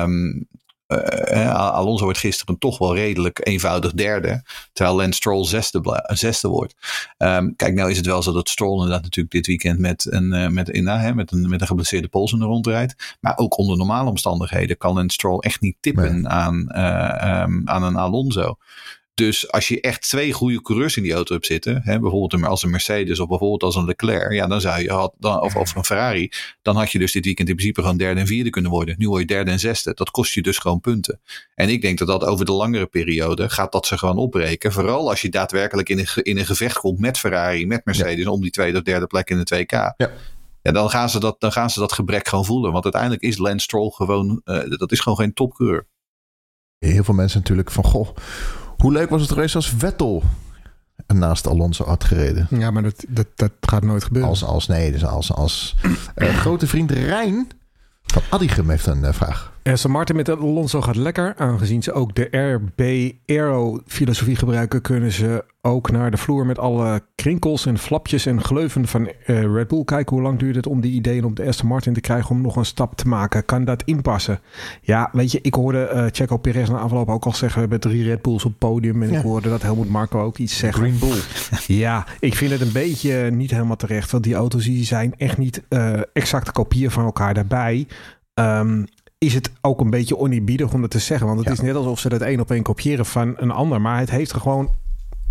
Alonso wordt gisteren toch wel redelijk eenvoudig derde. Terwijl Lance Stroll zesde wordt. Kijk, nou is het wel zo dat Stroll inderdaad natuurlijk dit weekend met een geblesseerde pols in de rond rijdt. Maar ook onder normale omstandigheden kan Lance Stroll echt niet tippen aan een Alonso. Dus als je echt 2 goede coureurs in die auto hebt zitten, hè, bijvoorbeeld als een Mercedes of bijvoorbeeld als een Leclerc, ja, dan zou je of een Ferrari, dan had je dus dit weekend in principe gewoon 3e en 4e kunnen worden. Nu word je 3e en 6e. Dat kost je dus gewoon punten. En ik denk dat over de langere periode gaat dat ze gewoon opbreken. Vooral als je daadwerkelijk in een gevecht komt met Ferrari, met Mercedes om die 2e of 3e plek in de 2K. Ja, dan gaan ze dat gebrek gewoon voelen. Want uiteindelijk is Lance Stroll gewoon, dat is gewoon geen topcoureur. Heel veel mensen natuurlijk van, goh, hoe leuk was het geweest als Vettel naast Alonso had gereden? Ja, maar dat gaat nooit gebeuren. Als grote vriend Rijn van Adigem heeft een vraag. Aston Martin met Alonso gaat lekker. Aangezien ze ook de RB Aero filosofie gebruiken, kunnen ze ook naar de vloer met alle krinkels en flapjes en gleuven van Red Bull kijken. Hoe lang duurt het om die ideeën op de Aston Martin te krijgen om nog een stap te maken? Kan dat inpassen? Ja, weet je, ik hoorde Checo Perez na afloop ook al zeggen, we hebben 3 Red Bulls op het podium. En ik hoorde dat Helmut Marko ook iets zeggen. Green Bull. Ja, ik vind het een beetje niet helemaal terecht. Want die auto's die zijn echt niet exacte kopieën van elkaar daarbij. Is het ook een beetje oneerbiedig om dat te zeggen. Want het is net alsof ze dat 1 op 1 kopiëren van een ander. Maar het heeft er gewoon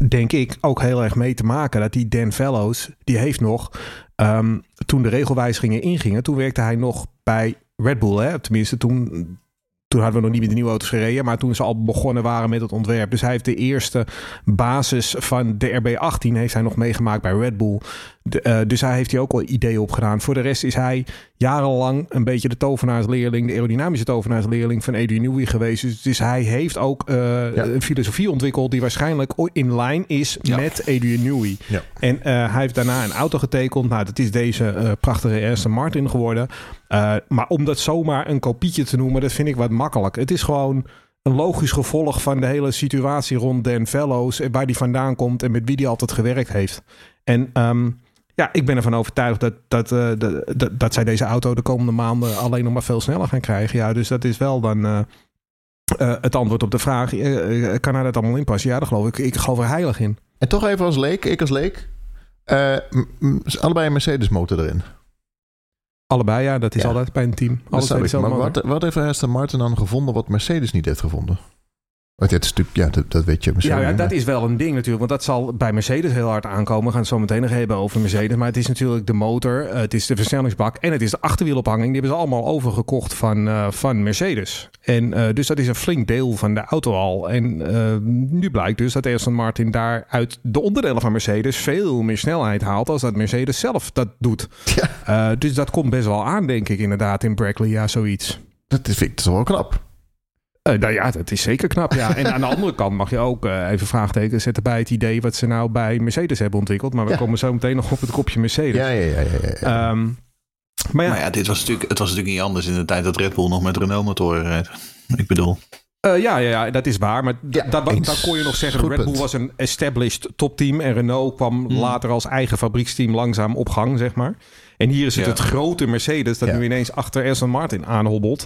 denk ik, ook heel erg mee te maken dat die Dan Fellows, die heeft nog, toen de regelwijzigingen ingingen, toen werkte hij nog bij Red Bull. Hè? Tenminste, toen hadden we nog niet met de nieuwe auto's gereden, maar toen ze al begonnen waren met het ontwerp. Dus hij heeft de eerste basis van de RB18 heeft hij nog meegemaakt bij Red Bull. Dus hij heeft hier ook al ideeën opgedaan. Voor de rest is hij jarenlang een beetje de tovenaarsleerling, de aerodynamische tovenaarsleerling van Adrian Newey geweest. Dus hij heeft ook een filosofie ontwikkeld die waarschijnlijk in lijn is met Adrian Newey. Ja. En hij heeft daarna een auto getekend. Nou, dat is deze prachtige Aston Martin geworden. Maar om dat zomaar een kopietje te noemen, dat vind ik wat makkelijk. Het is gewoon een logisch gevolg van de hele situatie rond Dan Fellows, waar die vandaan komt en met wie die altijd gewerkt heeft. En ik ben ervan overtuigd dat zij deze auto de komende maanden alleen nog maar veel sneller gaan krijgen. Ja, dus dat is wel dan het antwoord op de vraag. Kan hij dat allemaal inpassen? Ja, dat geloof ik. Ik geloof er heilig in. En toch even als leek. Allebei een Mercedes motor erin. Allebei, ja. Dat is altijd bij een team. Maar wat heeft Aston Martin dan gevonden wat Mercedes niet heeft gevonden? Dat weet je misschien. Ja, dat is wel een ding natuurlijk. Want dat zal bij Mercedes heel hard aankomen. We gaan het zo meteen nog hebben over Mercedes. Maar het is natuurlijk de motor. Het is de versnellingsbak. En het is de achterwielophanging. Die hebben ze allemaal overgekocht van Mercedes. En dus dat is een flink deel van de auto al. En nu blijkt dus dat Aston Martin daar uit de onderdelen van Mercedes veel meer snelheid haalt als dat Mercedes zelf dat doet. Ja. Dus dat komt best wel aan, denk ik inderdaad, in Brackley. Ja, zoiets. Dat vind ik toch wel knap. Nou ja, dat is zeker knap, ja. En aan de andere kant mag je ook even vraagtekens zetten bij het idee wat ze nou bij Mercedes hebben ontwikkeld. Maar we komen zo meteen nog op het kopje Mercedes. Ja. Maar ja, het was natuurlijk niet anders in de tijd dat Red Bull nog met Renault-motoren reed. Ik bedoel. Ja, dat is waar. Maar dan kon je nog zeggen, Red Bull was een established topteam. En Renault kwam later als eigen fabrieksteam langzaam op gang, zeg maar. En hier is het grote Mercedes dat nu ineens achter Aston Martin aanhobbelt.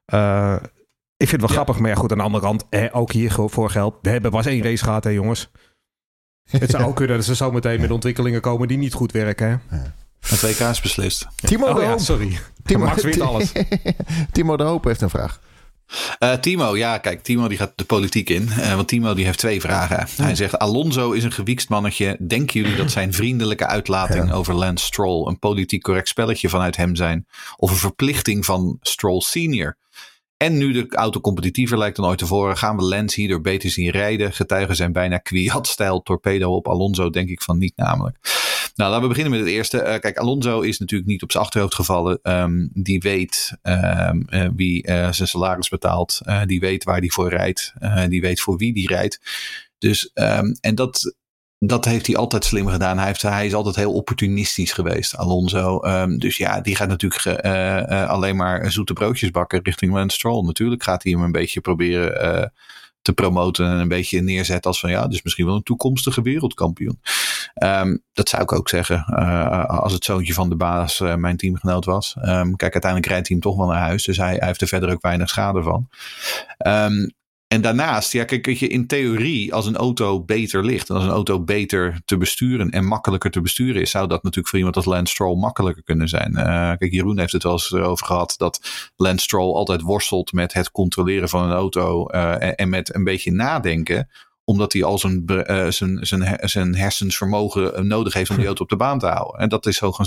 Ik vind het wel grappig, maar ja goed, aan de andere kant, ook hier voor geld. We hebben pas 1 race gehad, hè jongens. Het zou ook kunnen dat ze zo meteen met ontwikkelingen komen die niet goed werken, hè. Ja. Het WK is beslist. Timo de Hoop. Sorry. Max wint alles. Timo de Hoop heeft een vraag. Timo die gaat de politiek in. Want Timo die heeft 2 vragen. Hij zegt, Alonso is een gewiekst mannetje. Denken jullie dat zijn vriendelijke uitlating over Lance Stroll een politiek correct spelletje vanuit hem zijn? Of een verplichting van Stroll senior? En nu de auto competitiever lijkt dan ooit tevoren, gaan we Lance hierdoor beter zien rijden. Getuigen zijn bijna Kwiat-stijl torpedo op Alonso, denk ik van niet namelijk. Nou, laten we beginnen met het eerste. Kijk, Alonso is natuurlijk niet op zijn achterhoofd gevallen. Die weet wie zijn salaris betaalt. Die weet waar die voor rijdt. Die weet voor wie die rijdt. Dus, en dat heeft hij altijd slim gedaan. Hij is altijd heel opportunistisch geweest, Alonso. Dus ja, die gaat natuurlijk alleen maar zoete broodjes bakken richting Lance Stroll. Natuurlijk gaat hij hem een beetje proberen te promoten en een beetje neerzetten als van ja, dus misschien wel een toekomstige wereldkampioen. Dat zou ik ook zeggen als het zoontje van de baas mijn teamgenoot was. Kijk, uiteindelijk rijdt hij hem toch wel naar huis. Dus hij heeft er verder ook weinig schade van. En daarnaast, ja, kijk, je in theorie, als een auto beter ligt en als een auto beter te besturen en makkelijker te besturen is, zou dat natuurlijk voor iemand als Lance Stroll makkelijker kunnen zijn. Kijk, Jeroen heeft het wel eens over gehad dat Lance Stroll altijd worstelt met het controleren van een auto en met een beetje nadenken, omdat hij al zijn hersensvermogen nodig heeft om die auto op de baan te houden. En dat is gewoon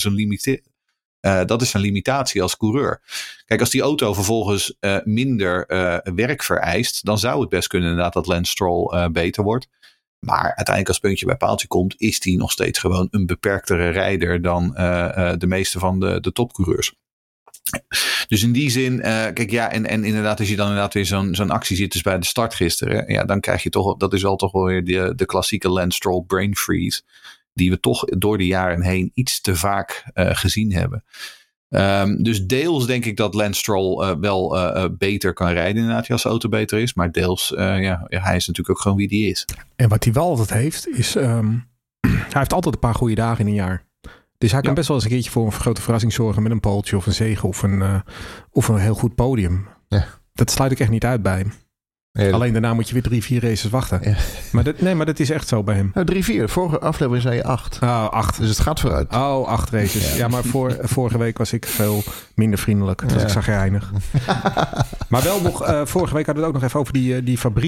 zijn limitatie als coureur. Kijk, als die auto vervolgens minder werk vereist, dan zou het best kunnen inderdaad dat Lance Stroll beter wordt. Maar uiteindelijk als puntje bij paaltje komt, is hij nog steeds gewoon een beperktere rijder dan de meeste van de topcoureurs. Dus in die zin, kijk ja, en inderdaad als je dan inderdaad weer zo'n actie ziet dus bij de start gisteren, ja, dan krijg je toch, dat is wel toch wel weer de klassieke Lance Stroll brain freeze, die we toch door de jaren heen iets te vaak gezien hebben. Dus deels denk ik dat Lance Stroll wel beter kan rijden inderdaad als de auto beter is. Maar deels, hij is natuurlijk ook gewoon wie die is. En wat hij wel altijd heeft, is hij heeft altijd een paar goede dagen in een jaar. Dus hij kan best wel eens een keertje voor een grote verrassing zorgen met een poeltje of een zege of een heel goed podium. Ja. Dat sluit ik echt niet uit bij hem. Ja, alleen daarna moet je weer 3-4 races wachten. Ja. Maar dat is echt zo bij hem. Nou, 3-4. Vorige aflevering zei je 8. 8. Dus het gaat vooruit. 8 races. Ja, maar vorige week was ik veel minder vriendelijk. Dus ik zag je einig. Maar wel nog, vorige week hadden we het ook nog even over die fabriek.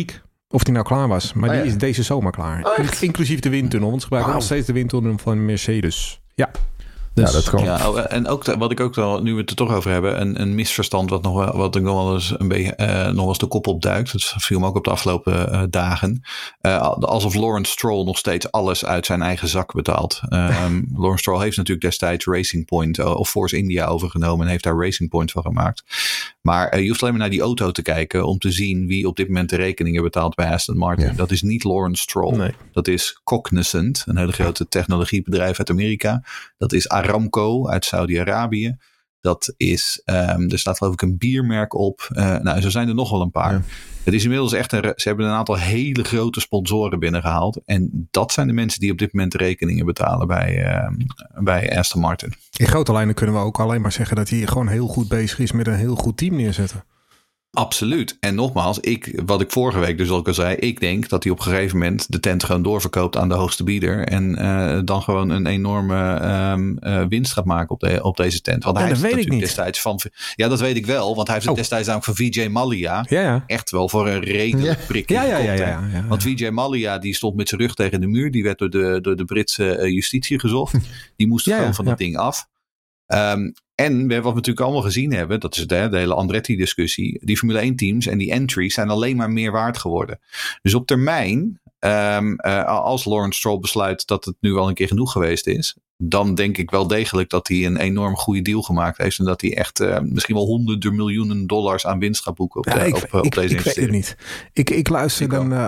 Of die nou klaar was. Maar Oh, die ja. is deze zomer klaar. Inclusief de windtunnel. Want ze gebruiken nog steeds de windtunnel van Mercedes. Ja. Dus, dat kan. Ja, en ook wat ik ook wel, nu we het er toch over hebben, een misverstand wat ik nog wel eens een beetje nog wel eens de kop opduikt. Dat viel me ook op de afgelopen dagen. Alsof Lawrence Stroll nog steeds alles uit zijn eigen zak betaalt. Lawrence Stroll heeft natuurlijk destijds Racing Point of Force India overgenomen en heeft daar Racing Point van gemaakt. Maar je hoeft alleen maar naar die auto te kijken om te zien wie op dit moment de rekeningen betaalt bij Aston Martin. Ja. Dat is niet Lawrence Stroll. Nee. Dat is Cognizant, een hele grote technologiebedrijf uit Amerika. Dat is Aramco uit Saudi-Arabië. Dat is, er staat geloof ik een biermerk op. Nou, zo zijn er nog wel een paar. Ja. Het is inmiddels echt ze hebben een aantal hele grote sponsoren binnengehaald. En dat zijn de mensen die op dit moment de rekeningen betalen bij Aston Martin. in grote lijnen kunnen we ook alleen maar zeggen dat hij gewoon heel goed bezig is met een heel goed team neerzetten. Absoluut. En nogmaals, wat ik vorige week dus ook al zei. Ik denk dat hij op een gegeven moment de tent gewoon doorverkoopt aan de hoogste bieder. En dan gewoon een enorme winst gaat maken op deze tent. Want hij dat heeft weet het ik natuurlijk niet. destijds ja, dat weet ik wel. Want hij heeft het destijds namelijk van Vijay Mallya. Ja. Echt wel voor een redelijk prikje gekocht. Ja. Want Vijay Mallya die stond met zijn rug tegen de muur. Die werd door de Britse justitie gezocht. Die moest gewoon van dat ding af. En wat we natuurlijk allemaal gezien hebben, dat is de hele Andretti-discussie. Die Formule 1 teams en die entries zijn alleen maar meer waard geworden. Dus op termijn, als Lawrence Stroll besluit dat het nu al een keer genoeg geweest is, dan denk ik wel degelijk dat hij een enorm goede deal gemaakt heeft. En dat hij echt misschien wel honderden miljoenen dollars aan winst gaat boeken op deze investering. Ik weet het niet. Ik luister dan...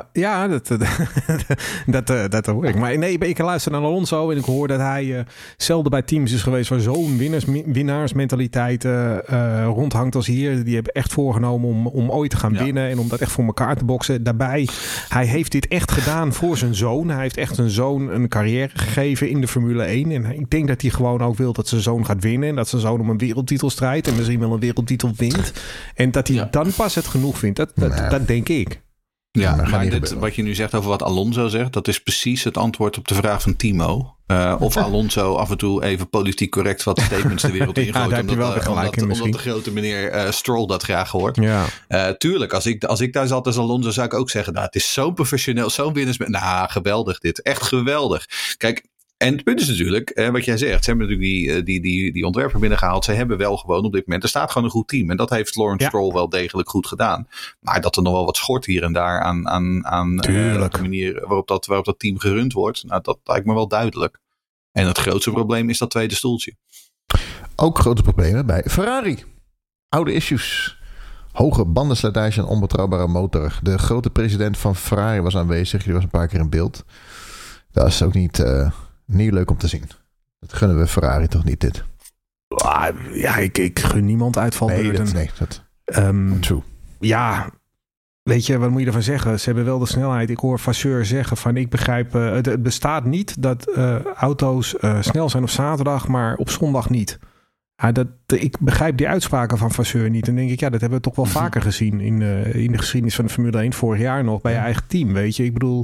dat hoor ik. Maar nee, ik luister naar Alonso en ik hoor dat hij zelden bij teams is geweest waar zo'n winnaarsmentaliteit rondhangt als hier. Die hebben echt voorgenomen om ooit te gaan winnen en om dat echt voor elkaar te boksen. Daarbij, hij heeft dit echt gedaan voor zijn zoon. Hij heeft echt zijn zoon een carrière gegeven in de Formule 1. En ik denk dat hij gewoon ook wil dat zijn zoon gaat winnen. En dat zijn zoon om een wereldtitel strijdt. En misschien wel een wereldtitel wint. En dat hij dan pas het genoeg vindt. Dat denk ik. Ja, maar maar wat je nu zegt over wat Alonso zegt, dat is precies het antwoord op de vraag van Timo. Of Alonso af en toe even politiek correct wat statements de wereld ingooit. Omdat de grote meneer Stroll dat graag hoort. Ja. Tuurlijk, als ik daar zat als Alonso zou ik ook zeggen, nou, het is zo professioneel, zo'n winners. Nou, geweldig dit. Echt geweldig. Kijk, en het punt is natuurlijk, wat jij zegt, ze hebben natuurlijk die ontwerper binnengehaald. Ze hebben wel gewoon op dit moment, er staat gewoon een goed team. En dat heeft Lawrence Stroll wel degelijk goed gedaan. Maar dat er nog wel wat schort hier en daar aan de manier waarop dat team gerund wordt. Nou, dat lijkt me wel duidelijk. En het grootste probleem is dat tweede stoeltje. Ook grote problemen bij Ferrari. Oude issues. Hoge bandenslijtage en onbetrouwbare motor. De grote president van Ferrari was aanwezig. Die was een paar keer in beeld. Dat is ook niet leuk om te zien. Dat gunnen we Ferrari toch niet, dit? Ja, ik gun niemand uitvalbeurten. Nee, dat true. Ja, weet je, wat moet je ervan zeggen? Ze hebben wel de snelheid. Ik hoor Vasseur zeggen van, ik begrijp, het bestaat niet dat auto's snel zijn op zaterdag, maar op zondag niet. Ik begrijp die uitspraken van Vasseur niet. En denk ik, dat hebben we toch wel vaker gezien in de geschiedenis van de Formule 1. Vorig jaar nog bij je eigen team, weet je. Ik bedoel,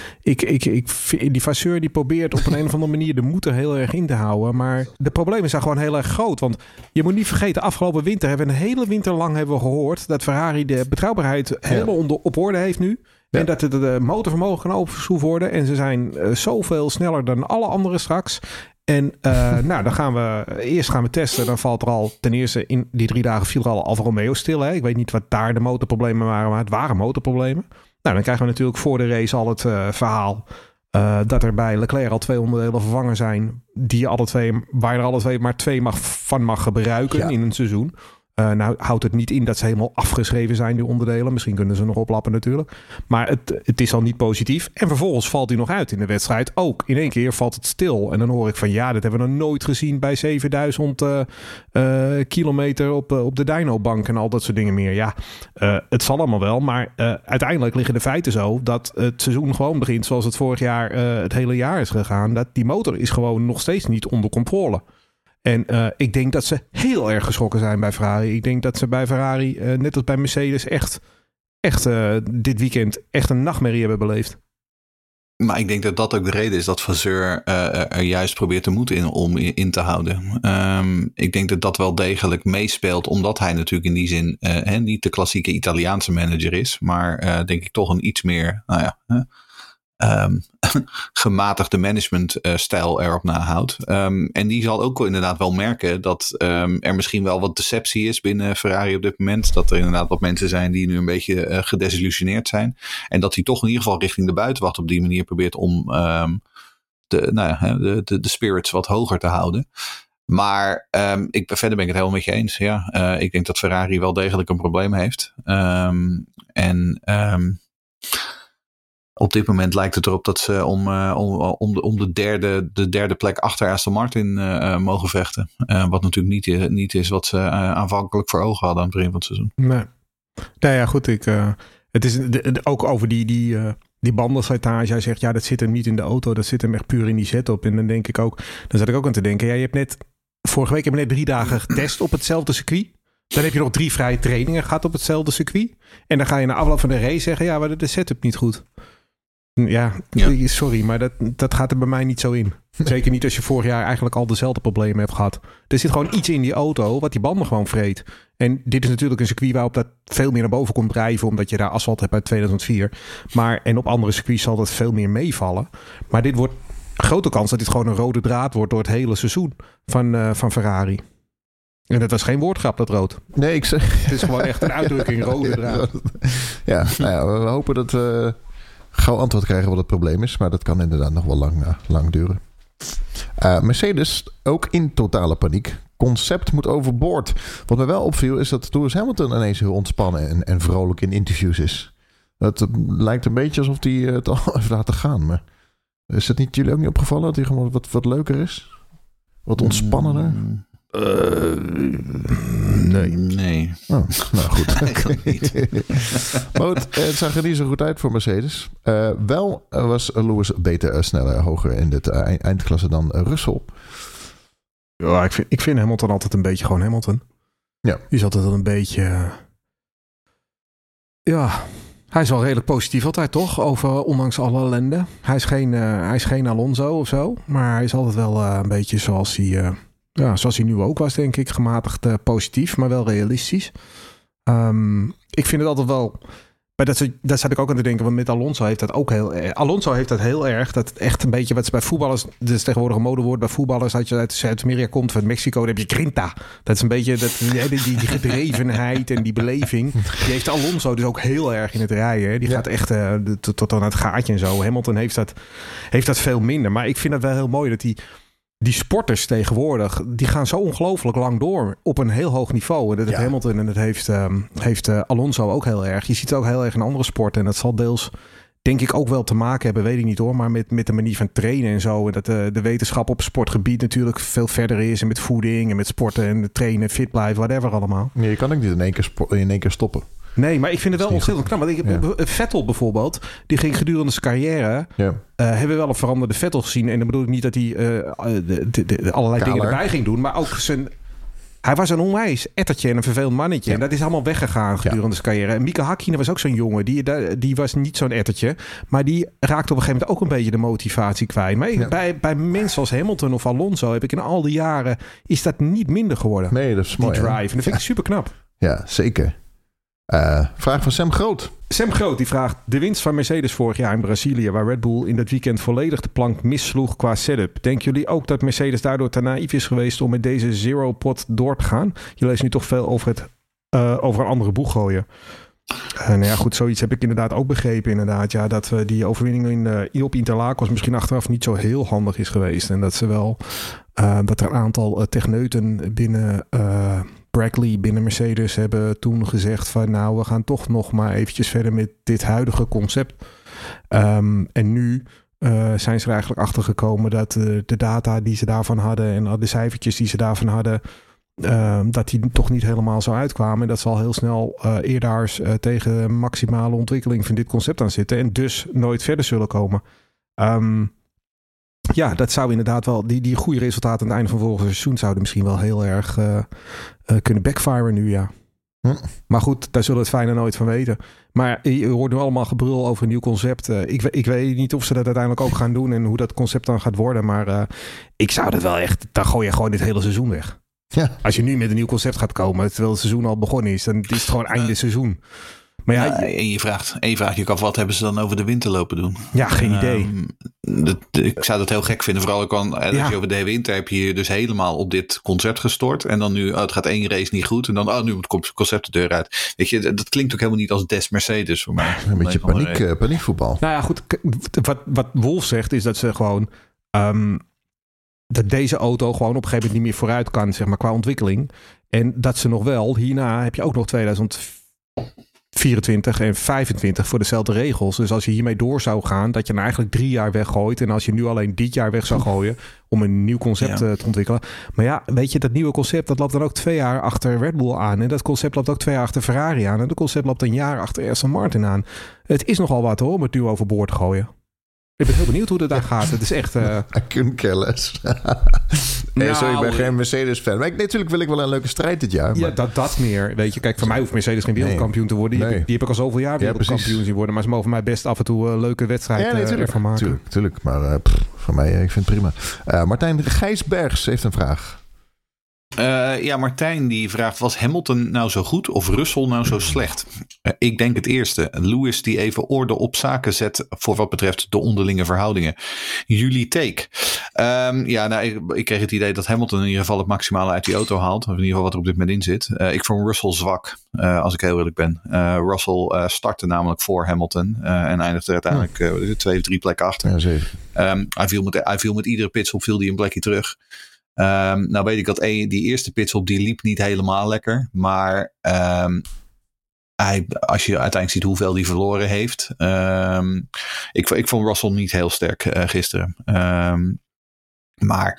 die Vasseur die probeert op een of andere manier de moed er heel erg in te houden. Maar de problemen zijn gewoon heel erg groot. Want je moet niet vergeten, afgelopen winter hebben we een hele winter lang hebben we gehoord dat Ferrari de betrouwbaarheid helemaal op orde heeft nu. Ja. En dat de motorvermogen kan opgeschroefd worden. En ze zijn zoveel sneller dan alle anderen straks. En dan gaan we testen. Dan valt er al ten eerste in die 3 dagen viel er al Alfa Romeo stil. Hè? Ik weet niet wat daar de motorproblemen waren, maar het waren motorproblemen. Nou, dan krijgen we natuurlijk voor de race al het verhaal dat er bij Leclerc al 2 onderdelen vervangen zijn. Waar je er alle twee maar 2 van mag gebruiken in een seizoen. Nou houdt het niet in dat ze helemaal afgeschreven zijn, die onderdelen. Misschien kunnen ze nog oplappen natuurlijk. Maar het is al niet positief. En vervolgens valt hij nog uit in de wedstrijd. Ook in één keer valt het stil. En dan hoor ik van dat hebben we nog nooit gezien bij 7000 kilometer op de dynobank en al dat soort dingen meer. Ja, het zal allemaal wel. Maar uiteindelijk liggen de feiten zo dat het seizoen gewoon begint zoals het vorig jaar het hele jaar is gegaan. Dat die motor is gewoon nog steeds niet onder controle. En ik denk dat ze heel erg geschrokken zijn bij Ferrari. Ik denk dat ze bij Ferrari, net als bij Mercedes, echt dit weekend echt een nachtmerrie hebben beleefd. Maar ik denk dat dat ook de reden is dat Vasseur er juist probeert de moed om in te houden. Ik denk dat dat wel degelijk meespeelt, omdat hij natuurlijk in die zin niet de klassieke Italiaanse manager is, maar denk ik toch een iets meer gematigde managementstijl erop nahoudt. En die zal ook inderdaad wel merken dat er misschien wel wat deceptie is binnen Ferrari op dit moment. Dat er inderdaad wat mensen zijn die nu een beetje gedesillusioneerd zijn. En dat hij toch in ieder geval richting de buitenwacht op die manier probeert om de spirits wat hoger te houden. Maar verder ben ik het helemaal met je eens. Ja. Ik denk dat Ferrari wel degelijk een probleem heeft. Op dit moment lijkt het erop dat ze om de derde plek achter Aston Martin mogen vechten. Wat natuurlijk niet is wat ze aanvankelijk voor ogen hadden aan het begin van het seizoen. Nee. Nou ja, goed. Het is ook over die bandenslijtage. Hij zegt, ja, dat zit hem niet in de auto. Dat zit hem echt puur in die setup. En dan denk ik ook, dan zat ik ook aan te denken. Ja, vorige week heb je net 3 dagen getest op hetzelfde circuit. Dan heb je nog 3 vrije trainingen gehad op hetzelfde circuit. En dan ga je na afloop van de race zeggen, ja, maar de setup niet goed. Ja, sorry, maar dat gaat er bij mij niet zo in. Zeker niet als je vorig jaar eigenlijk al dezelfde problemen hebt gehad. Er zit gewoon iets in die auto wat die banden gewoon vreet. En dit is natuurlijk een circuit waarop dat veel meer naar boven komt drijven, omdat je daar asfalt hebt uit 2004. En op andere circuits zal dat veel meer meevallen. Maar dit wordt een grote kans dat dit gewoon een rode draad wordt door het hele seizoen van Ferrari. En dat was geen woordgrap, dat rood. Nee, ik zeg... Het is gewoon echt een uitdrukking, rode draad. Ja, we hopen dat we gauw antwoord krijgen wat het probleem is. Maar dat kan inderdaad nog wel lang duren. Mercedes ook in totale paniek. Concept moet overboord. Wat me wel opviel is dat Lewis Hamilton ineens heel ontspannen en vrolijk in interviews is. Het lijkt een beetje alsof hij het al heeft laten gaan. Maar is het jullie ook niet opgevallen dat hij gewoon wat leuker is? Wat ontspannender? Nee. Oh, nou goed. Eigenlijk niet. Maar goed, het zag er niet zo goed uit voor Mercedes. Wel was Lewis beter, sneller, hoger in de eindklasse dan Russell. Ja, ik vind Hamilton altijd een beetje gewoon Hamilton. Ja. Die is altijd wel een beetje... hij is wel redelijk positief altijd, toch? Ondanks alle ellende. Hij is geen Alonso of zo. Maar hij is altijd wel een beetje zoals hij nu ook was, denk ik. Gematigd positief, maar wel realistisch. Ik vind het altijd wel... Maar daar zat ik ook aan te denken, want met Alonso heeft dat ook heel erg. Dat echt een beetje wat ze bij voetballers... Dat is tegenwoordig een modewoord bij voetballers. Als je uit Zuid-Amerika komt, van Mexico, dan heb je grinta. Dat is een beetje die gedrevenheid en die beleving. Die heeft Alonso dus ook heel erg in het rijden. Hè. Die gaat echt tot aan het gaatje en zo. Hamilton heeft dat veel minder. Maar ik vind het wel heel mooi dat die sporters tegenwoordig, die gaan zo ongelooflijk lang door op een heel hoog niveau. En dat heeft Hamilton en dat heeft Alonso ook heel erg. Je ziet het ook heel erg in andere sporten. En dat zal deels, denk ik, ook wel te maken hebben, weet ik niet hoor, maar met de manier van trainen en zo. En dat de wetenschap op sportgebied natuurlijk veel verder is. En met voeding en met sporten en trainen, fit blijven, whatever allemaal. Nee, je kan ook niet in één keer stoppen. Nee, maar ik vind het wel ontzettend knap. Want Vettel bijvoorbeeld, die ging gedurende zijn carrière... hebben we wel een veranderde Vettel gezien. En dan bedoel ik niet dat hij allerlei dingen erbij ging doen. Maar ook hij was een onwijs ettertje en een vervelend mannetje. Ja. En dat is allemaal weggegaan gedurende zijn carrière. En Mika Hakkinen was ook zo'n jongen. Die was niet zo'n ettertje. Maar die raakte op een gegeven moment ook een beetje de motivatie kwijt. Maar bij mensen als Hamilton of Alonso heb ik in al die jaren... is dat niet minder geworden. Nee, dat is mooi. Die drive. En dat vind ik super knap. Ja, zeker. Vraag van Sam Groot. Sam Groot die vraagt: de winst van Mercedes vorig jaar in Brazilië, waar Red Bull in dat weekend volledig de plank missloeg qua setup. Denken jullie ook dat Mercedes daardoor te naïef is geweest om met deze zero pot door te gaan? Je leest nu toch veel over een andere boeg gooien. Nou ja, goed, zoiets heb ik inderdaad ook begrepen. Inderdaad, ja, dat die overwinning op Interlagos misschien achteraf niet zo heel handig is geweest. En dat ze wel dat er een aantal techneuten binnen Brackley, binnen Mercedes hebben toen gezegd van nou, we gaan toch nog maar eventjes verder met dit huidige concept. En nu zijn ze er eigenlijk achter gekomen dat de data die ze daarvan hadden en de cijfertjes die ze daarvan hadden, dat die toch niet helemaal zo uitkwamen. En dat ze al heel snel eerder tegen maximale ontwikkeling van dit concept aan zitten en dus nooit verder zullen komen. Ja, dat zou inderdaad wel... Die goede resultaten aan het einde van volgend seizoen zouden misschien wel heel erg kunnen backfiren nu, ja. Maar goed, daar zullen het fijne nooit van weten. Maar je hoort nu allemaal gebrul over een nieuw concept. Ik weet niet of ze dat uiteindelijk ook gaan doen en hoe dat concept dan gaat worden. Maar ik zou dat wel echt... Dan gooi je gewoon dit hele seizoen weg. Ja. Als je nu met een nieuw concept gaat komen, terwijl het seizoen al begonnen is, dan is het gewoon einde seizoen. Maar ja, en je vraagt je af, wat hebben ze dan over de winter lopen doen? Ja, geen idee. Ik zou dat heel gek vinden. Vooral als je over de winter heb je dus helemaal op dit concept gestort. En dan nu, het gaat 1 race niet goed. En dan, nu moet het concept de deur uit. Weet je, dat klinkt ook helemaal niet als Des Mercedes voor mij. Een beetje paniekvoetbal. Nou ja, goed. Wat Wolf zegt is dat ze gewoon... dat deze auto gewoon op een gegeven moment niet meer vooruit kan, zeg maar, qua ontwikkeling. En dat ze nog wel, hierna heb je ook nog 2024 en 25 voor dezelfde regels. Dus als je hiermee door zou gaan, dat je dan eigenlijk 3 jaar weggooit. En als je nu alleen dit jaar weg zou gooien om een nieuw concept te ontwikkelen. Maar ja, weet je, dat nieuwe concept, dat loopt dan ook 2 jaar achter Red Bull aan. En dat concept loopt ook 2 jaar achter Ferrari aan. En dat concept loopt 1 jaar achter Aston Martin aan. Het is nogal wat hoor, om het nu overboord te gooien. Ik ben heel benieuwd hoe dat daar gaat. Het is echt... I couldn't care less. Sorry, ik ben geen Mercedes-fan. Maar natuurlijk wil ik wel een leuke strijd dit jaar. Maar... Ja, dat meer. Weet je, kijk, voor mij hoeft Mercedes geen wereldkampioen te worden. Die heb ik al zoveel jaar wereldkampioen zien worden. Maar ze mogen mij best af en toe een leuke wedstrijd ervan maken. Tuurlijk. Maar voor mij, ik vind het prima. Martijn Gijsbergs heeft een vraag. Martijn die vraagt, was Hamilton nou zo goed of Russell nou zo slecht? Ik denk het eerste. Lewis die even orde op zaken zet voor wat betreft de onderlinge verhoudingen. Jullie take. Ik kreeg het idee dat Hamilton in ieder geval het maximale uit die auto haalt. Of in ieder geval wat er op dit moment in zit. Ik vond Russell zwak, als ik heel eerlijk ben. Russell startte namelijk voor Hamilton en eindigde uiteindelijk 2 of 3 plekken achter. Ja, zeker. Hij viel met iedere pitstop een plekje terug. Nou weet ik dat die eerste pitstop die liep niet helemaal lekker. Maar als je uiteindelijk ziet hoeveel hij verloren heeft. Ik vond Russell niet heel sterk gisteren. Maar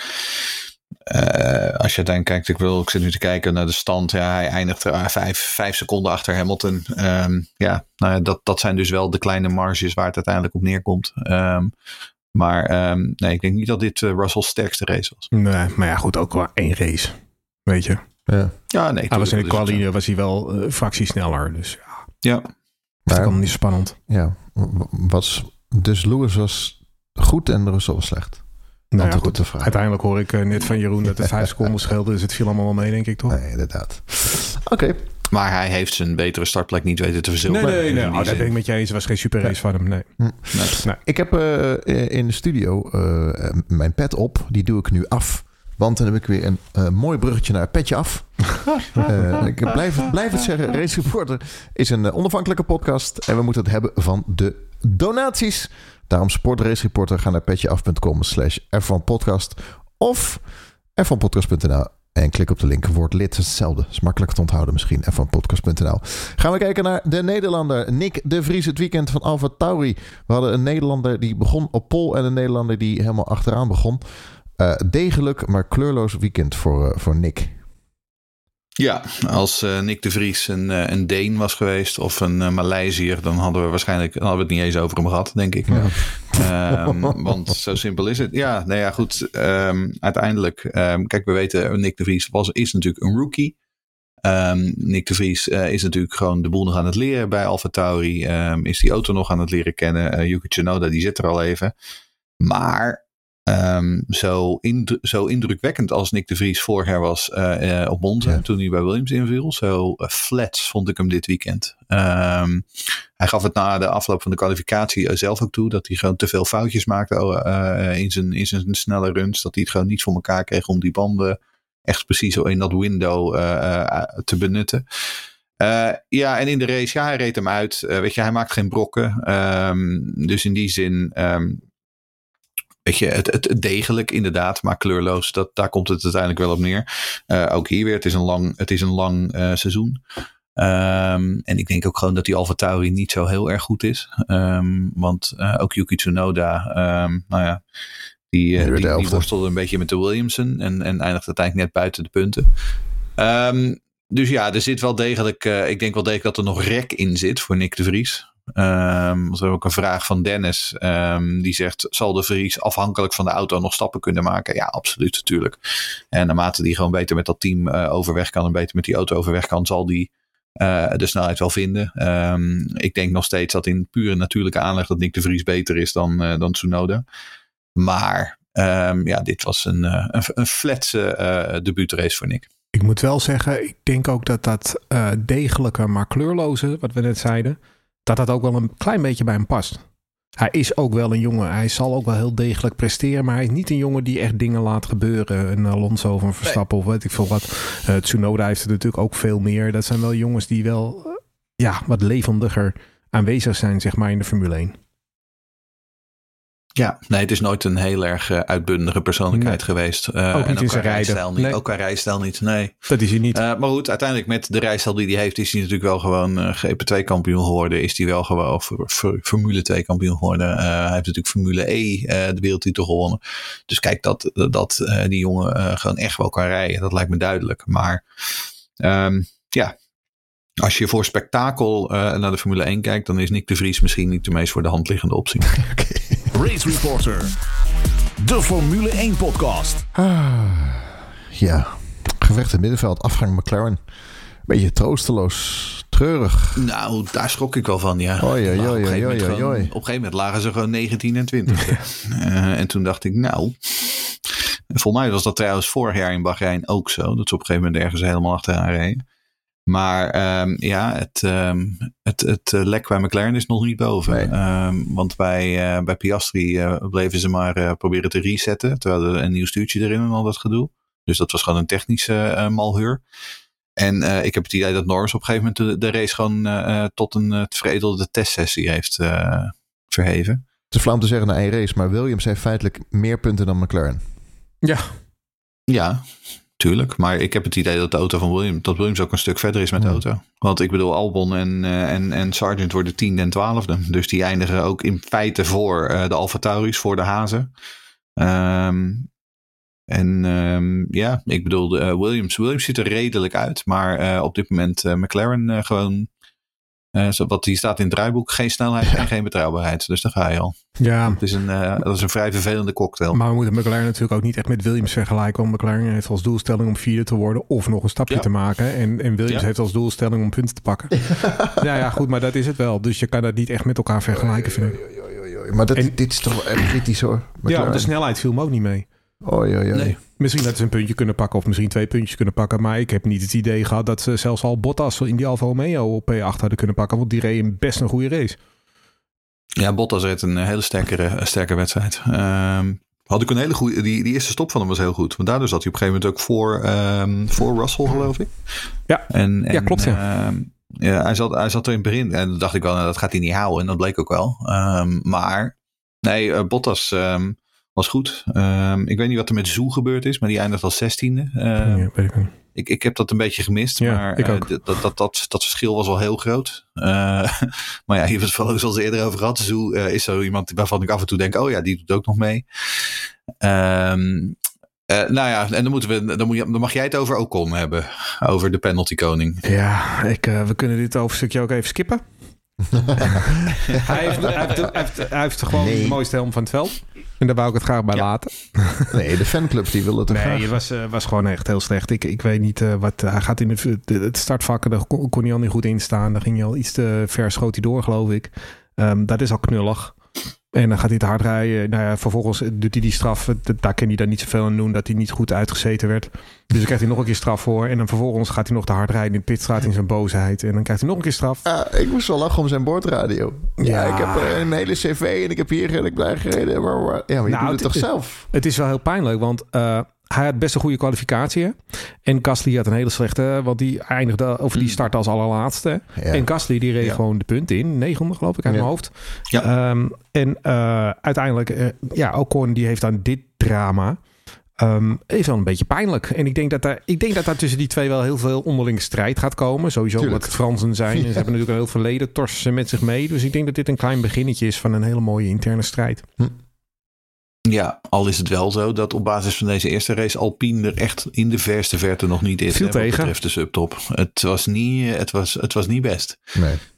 als je uiteindelijk kijkt, ik zit nu te kijken naar de stand. Ja, hij eindigt 5 seconden achter Hamilton. Dat zijn dus wel de kleine marges waar het uiteindelijk op neerkomt. Maar ik denk niet dat dit Russell's sterkste race was. Nee, maar ja, goed, ook wel 1 race. Weet je. Ja, nee. Hij was in de quali was hij wel fractie sneller. Dus ja. Dat is allemaal niet spannend. Ja, dus Lewis was goed en Russell was slecht. Nou ja, goed. Uiteindelijk hoor ik net van Jeroen dat het 5 seconden scheelde. Dus het viel allemaal wel mee, denk ik, toch? Nee, inderdaad. Oké. Maar hij heeft zijn betere startplek niet weten te verzilveren. Nee. Dat ben ik met je eens. Het was geen super race van hem. Nee. Ik heb in de studio mijn pet op. Die doe ik nu af. Want dan heb ik weer een mooi bruggetje naar het petje af. Ik blijf het zeggen. Race Reporter is een onafhankelijke podcast. En we moeten het hebben van de donaties. Daarom support Race Reporter. Ga naar petjeaf.com/F1podcast of f1podcast.nl. En klik op de link. Word lid. Hetzelfde. Is makkelijk te onthouden misschien. F1podcast.nl. Gaan we kijken naar de Nederlander. Nick de Vries het weekend van AlphaTauri. We hadden een Nederlander die begon op pole. En een Nederlander die helemaal achteraan begon. Degelijk, maar kleurloos weekend voor Nick. Ja, als Nick de Vries een Deen was geweest of een Maleisiër, dan hadden we het niet eens over hem gehad, denk ik. Ja. Want zo simpel is het. Ja, nou ja, goed. Uiteindelijk, kijk, we weten, Nick de Vries is natuurlijk een rookie. Nick de Vries is natuurlijk gewoon de boel nog aan het leren bij AlphaTauri. Is die auto nog aan het leren kennen. Yuki Tsunoda, die zit er al even. Maar zo indrukwekkend als Nick de Vries vorig was op Monza, toen hij bij Williams inviel. Zo flats vond ik hem dit weekend. Hij gaf het na de afloop van de kwalificatie zelf ook toe, dat hij gewoon te veel foutjes maakte in zijn snelle runs. Dat hij het gewoon niet voor elkaar kreeg om die banden echt precies zo in dat window te benutten. En in de race, hij reed hem uit. Hij maakt geen brokken. Dus in die zin... Weet je, het degelijk inderdaad, maar kleurloos. Daar komt het uiteindelijk wel op neer. Ook hier weer, het is een lang seizoen. En ik denk ook gewoon dat die AlphaTauri niet zo heel erg goed is. Want ook Yuki Tsunoda, die worstelde een beetje met de Williamson. En eindigt uiteindelijk net buiten de punten. Dus ja, er zit wel degelijk... ik denk wel degelijk dat er nog rek in zit voor Nick de Vries. Er is ook een vraag van Dennis. Die zegt, zal de Vries afhankelijk van de auto nog stappen kunnen maken? Ja, absoluut, natuurlijk. En naarmate die gewoon beter met dat team overweg kan en beter met die auto overweg kan, zal die de snelheid wel vinden. Ik denk nog steeds dat in pure natuurlijke aanleg dat Nick de Vries beter is dan Tsunoda. Maar dit was een fletse debuutrace voor Nick. Ik moet wel zeggen, ik denk ook dat degelijke maar kleurloze, wat we net zeiden, dat ook wel een klein beetje bij hem past. Hij is ook wel een jongen. Hij zal ook wel heel degelijk presteren. Maar hij is niet een jongen die echt dingen laat gebeuren. Een Alonso of een Verstappen of weet ik veel wat. Tsunoda heeft er natuurlijk ook veel meer. Dat zijn wel jongens die wel wat levendiger aanwezig zijn, zeg maar, in de Formule 1. Ja, nee, het is nooit een heel erg uitbundige persoonlijkheid geweest. Ook niet in zijn rijden. Nee. Ook qua rijstijl niet, nee. Dat is hij niet. Maar goed, uiteindelijk met de rijstijl die hij heeft, is hij natuurlijk wel gewoon GP2 kampioen geworden. Is hij wel gewoon Formule 2 kampioen geworden. Hij heeft natuurlijk Formule E de wereldtitel gewonnen. Dus kijk, dat die jongen gewoon echt wel kan rijden. Dat lijkt me duidelijk. Maar als je voor spektakel naar de Formule 1 kijkt, dan is Nick de Vries misschien niet de meest voor de hand liggende optie. Race Reporter, de Formule 1 podcast. Gevecht in het middenveld, afgang McLaren. Beetje troosteloos, treurig. Nou, daar schrok ik wel van, ja. Op een gegeven moment lagen ze gewoon 19 en 20. En toen dacht ik, volgens mij was dat trouwens vorig jaar in Bahrein ook zo. Dat ze op een gegeven moment ergens helemaal achteraan reden. Maar het lek bij McLaren is nog niet boven. Nee. Want bij Piastri bleven ze maar proberen te resetten. Terwijl er een nieuw stuurtje erin en al dat gedoe. Dus dat was gewoon een technische malheur. En ik heb het idee dat Norris op een gegeven moment de race gewoon tot een veredelde testsessie heeft verheven. Het is flauw om te zeggen na één race, maar Williams heeft feitelijk meer punten dan McLaren. Ja, tuurlijk. Maar ik heb het idee dat de auto van Williams ook een stuk verder is met de auto. Want ik bedoel, Albon en Sargent worden 10e en 12e. Dus die eindigen ook in feite voor de AlphaTauris, voor de Hazen. Ik bedoel, Williams ziet er redelijk uit. Maar op dit moment McLaren gewoon, wat die staat in het draaiboek, geen snelheid en geen betrouwbaarheid. Dus daar ga je al. Ja. Dat is een vrij vervelende cocktail. Maar we moeten McLaren natuurlijk ook niet echt met Williams vergelijken. Want McLaren heeft als doelstelling om 4e te worden of nog een stapje te maken. En Williams heeft als doelstelling om punten te pakken. Goed, maar dat is het wel. Dus je kan dat niet echt met elkaar vergelijken, vind ik. Maar dit is toch wel echt kritisch, hoor. McLaren. Ja, de snelheid viel me ook niet mee. Nee. Misschien dat ze een puntje kunnen pakken of misschien 2 puntjes kunnen pakken. Maar ik heb niet het idee gehad dat ze zelfs al Bottas in die Alfa Romeo op P8 hadden kunnen pakken. Want die reed best een goede race. Ja, Bottas reed een hele sterke wedstrijd. Had ik een hele goede. Die eerste stop van hem was heel goed. Want daardoor zat hij op een gegeven moment ook voor Russell, geloof ik. Ja, klopt. Hij zat er in het begin. En dan dacht ik wel, dat gaat hij niet houden. En dat bleek ook wel. Maar nee, Bottas was goed. Ik weet niet wat er met Zhou gebeurd is, maar die eindigt als 16e. Weet ik niet. Ik heb dat een beetje gemist, maar dat verschil was wel heel groot. Maar ja, hier hebben we het zoals eerder over gehad. Zhou is zo iemand waarvan ik af en toe denk, die doet ook nog mee. En dan mag jij het over Ocon hebben. Over de penalty koning. Ja, we kunnen dit hoofdstukje ook even skippen. Hij heeft gewoon de mooiste helm van het veld. En daar wou ik het graag bij laten. Nee, de fanclub die wil het toch graag. Nee, het was gewoon echt heel slecht. Ik weet niet wat... Hij gaat in het startvakken, daar kon hij al niet goed in staan. Daar ging hij al iets te ver, schoot hij door, geloof ik. Dat is al knullig. En dan gaat hij te hard rijden. Vervolgens doet hij die straf. Daar kan hij dan niet zoveel aan doen, dat hij niet goed uitgezeten werd. Dus dan krijgt hij nog een keer straf voor. En dan vervolgens gaat hij nog te hard rijden in de pitstraat in zijn boosheid. En dan krijgt hij nog een keer straf. Ik moest wel lachen om zijn boordradio. Ja, ik heb een hele cv en ik heb hier gereden, ik blijf gereden. Ja, maar je doet het toch zelf? Het is wel heel pijnlijk, want... hij had best een goede kwalificatie. Hè? En Gasly had een hele slechte... Want die eindigde, of die startte als allerlaatste. Ja. En Gasly die reed gewoon de punten in. 900 geloof ik uit mijn hoofd. Ja. Uiteindelijk... Ocon die heeft aan dit drama... is wel een beetje pijnlijk. En ik denk dat daar tussen die twee wel heel veel onderlinge strijd gaat komen. Sowieso omdat het Fransen zijn. En ze hebben natuurlijk een heel verleden. Torsen ze met zich mee. Dus ik denk dat dit een klein beginnetje is van een hele mooie interne strijd. Ja, al is het wel zo dat op basis van deze eerste race Alpine er echt in de verste verte nog niet is. Veel tegen. Wat betreft de subtop. Het was niet best. Nee.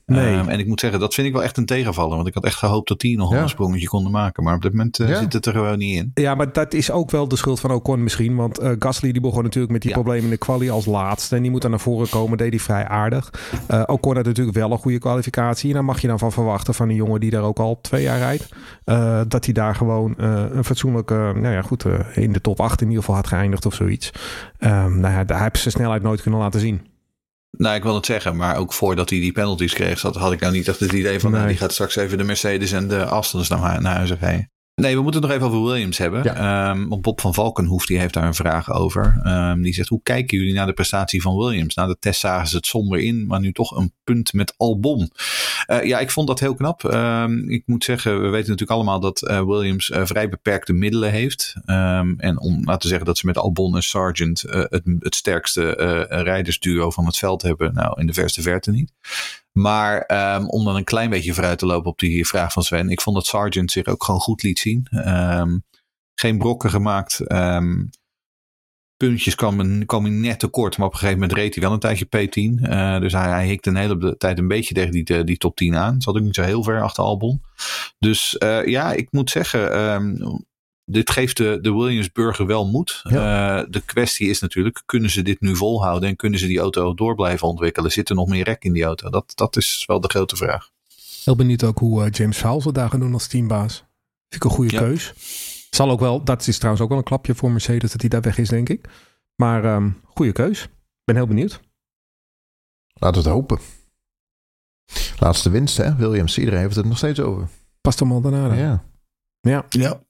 Nee. En ik moet zeggen, dat vind ik wel echt een tegenvaller. Want ik had echt gehoopt dat die nog een sprongetje konden maken. Maar op dit moment zit het er gewoon niet in. Ja, maar dat is ook wel de schuld van Ocon misschien. Want Gasly die begon natuurlijk met die problemen in de quali als laatste. En die moet dan naar voren komen. Deed hij vrij aardig. Ocon had natuurlijk wel een goede kwalificatie. En daar mag je dan van verwachten van een jongen die daar ook al 2 jaar rijdt. Dat hij daar gewoon een fatsoenlijke, in de top 8 in ieder geval had geëindigd of zoiets. Hij heeft zijn snelheid nooit kunnen laten zien. Nou, ik wil het zeggen, maar ook voordat hij die penalties kreeg, had ik nou niet echt het idee van, die gaat straks even de Mercedes en de Astons naar huis rijden. Nee, we moeten het nog even over Williams hebben. Ja. Bob van Valkenhoef die heeft daar een vraag over. Die zegt, hoe kijken jullie naar de prestatie van Williams? Na de test zagen ze het somber in, maar nu toch een punt met Albon. Ik vond dat heel knap. Ik moet zeggen, we weten natuurlijk allemaal dat Williams vrij beperkte middelen heeft. En om laten te zeggen dat ze met Albon en Sargent het sterkste rijdersduo van het veld hebben. Nou, in de verste verte niet. Maar om dan een klein beetje vooruit te lopen op die vraag van Sven. Ik vond dat Sargent zich ook gewoon goed liet zien. Geen brokken gemaakt. Puntjes kwam hij net tekort. Maar op een gegeven moment reed hij wel een tijdje P10. Dus hij hikte een hele tijd een beetje tegen die top 10 aan. Zat ook niet zo heel ver achter Albon. Dus ik moet zeggen... dit geeft de Williams-burger wel moed. Ja. De kwestie is natuurlijk, kunnen ze dit nu volhouden en kunnen ze die auto door blijven ontwikkelen? Zit er nog meer rek in die auto? Dat is wel de grote vraag. Heel benieuwd ook hoe James Vowles het daar gaan doen als teambaas. Vind ik een goede keus. Zal ook wel, dat is trouwens ook wel een klapje voor Mercedes dat hij daar weg is, denk ik. Maar goede keus. Ben heel benieuwd. Laten we het hopen. Laatste winst, hè? Williams, iedereen heeft het nog steeds over. Pastor Maldonado. Ja.